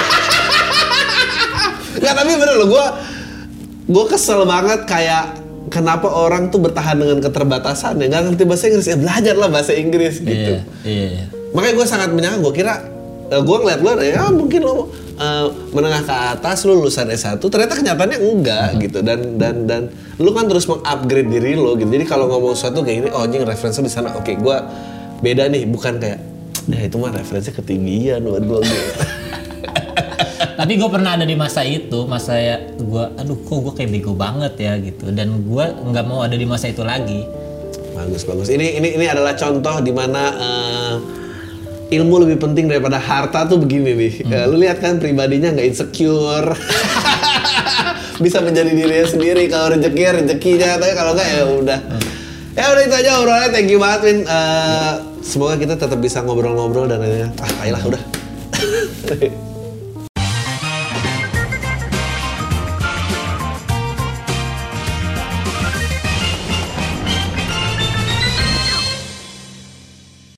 S1: Nggak, tapi bener loh, gue kesel banget kayak kenapa orang tuh bertahan dengan keterbatasannya, nggak ngerti bahasa Inggris, ya belajarlah bahasa Inggris gitu.
S2: Iya.
S1: Makanya gue sangat menyangka, gue kira, gue ngeliat lo, ya mungkin lo menengah ke atas, lo lulusan S1, ternyata kenyataannya enggak gitu. Dan lo kan terus meng-upgrade diri lo gitu. Jadi kalau ngomong sesuatu kayak gini, oh anjing referensinya di sana, oke, gue beda nih, bukan kayak, ya itu mah referensinya ketinggian buat gue gitu.
S2: Tapi gue pernah ada di masa itu, kok gue kayak bego banget ya gitu. Dan gue nggak mau ada di masa itu lagi.
S1: Bagus. Ini adalah contoh di mana ilmu lebih penting daripada harta tuh begini nih. Lu lihat kan pribadinya nggak insecure. Bisa menjadi dirinya sendiri, kalau rezekinya, tapi kalau nggak ya udah. Ya udah itu aja obrolannya, thank you banget Win. Semoga kita tetap bisa ngobrol-ngobrol dan ayolah udah.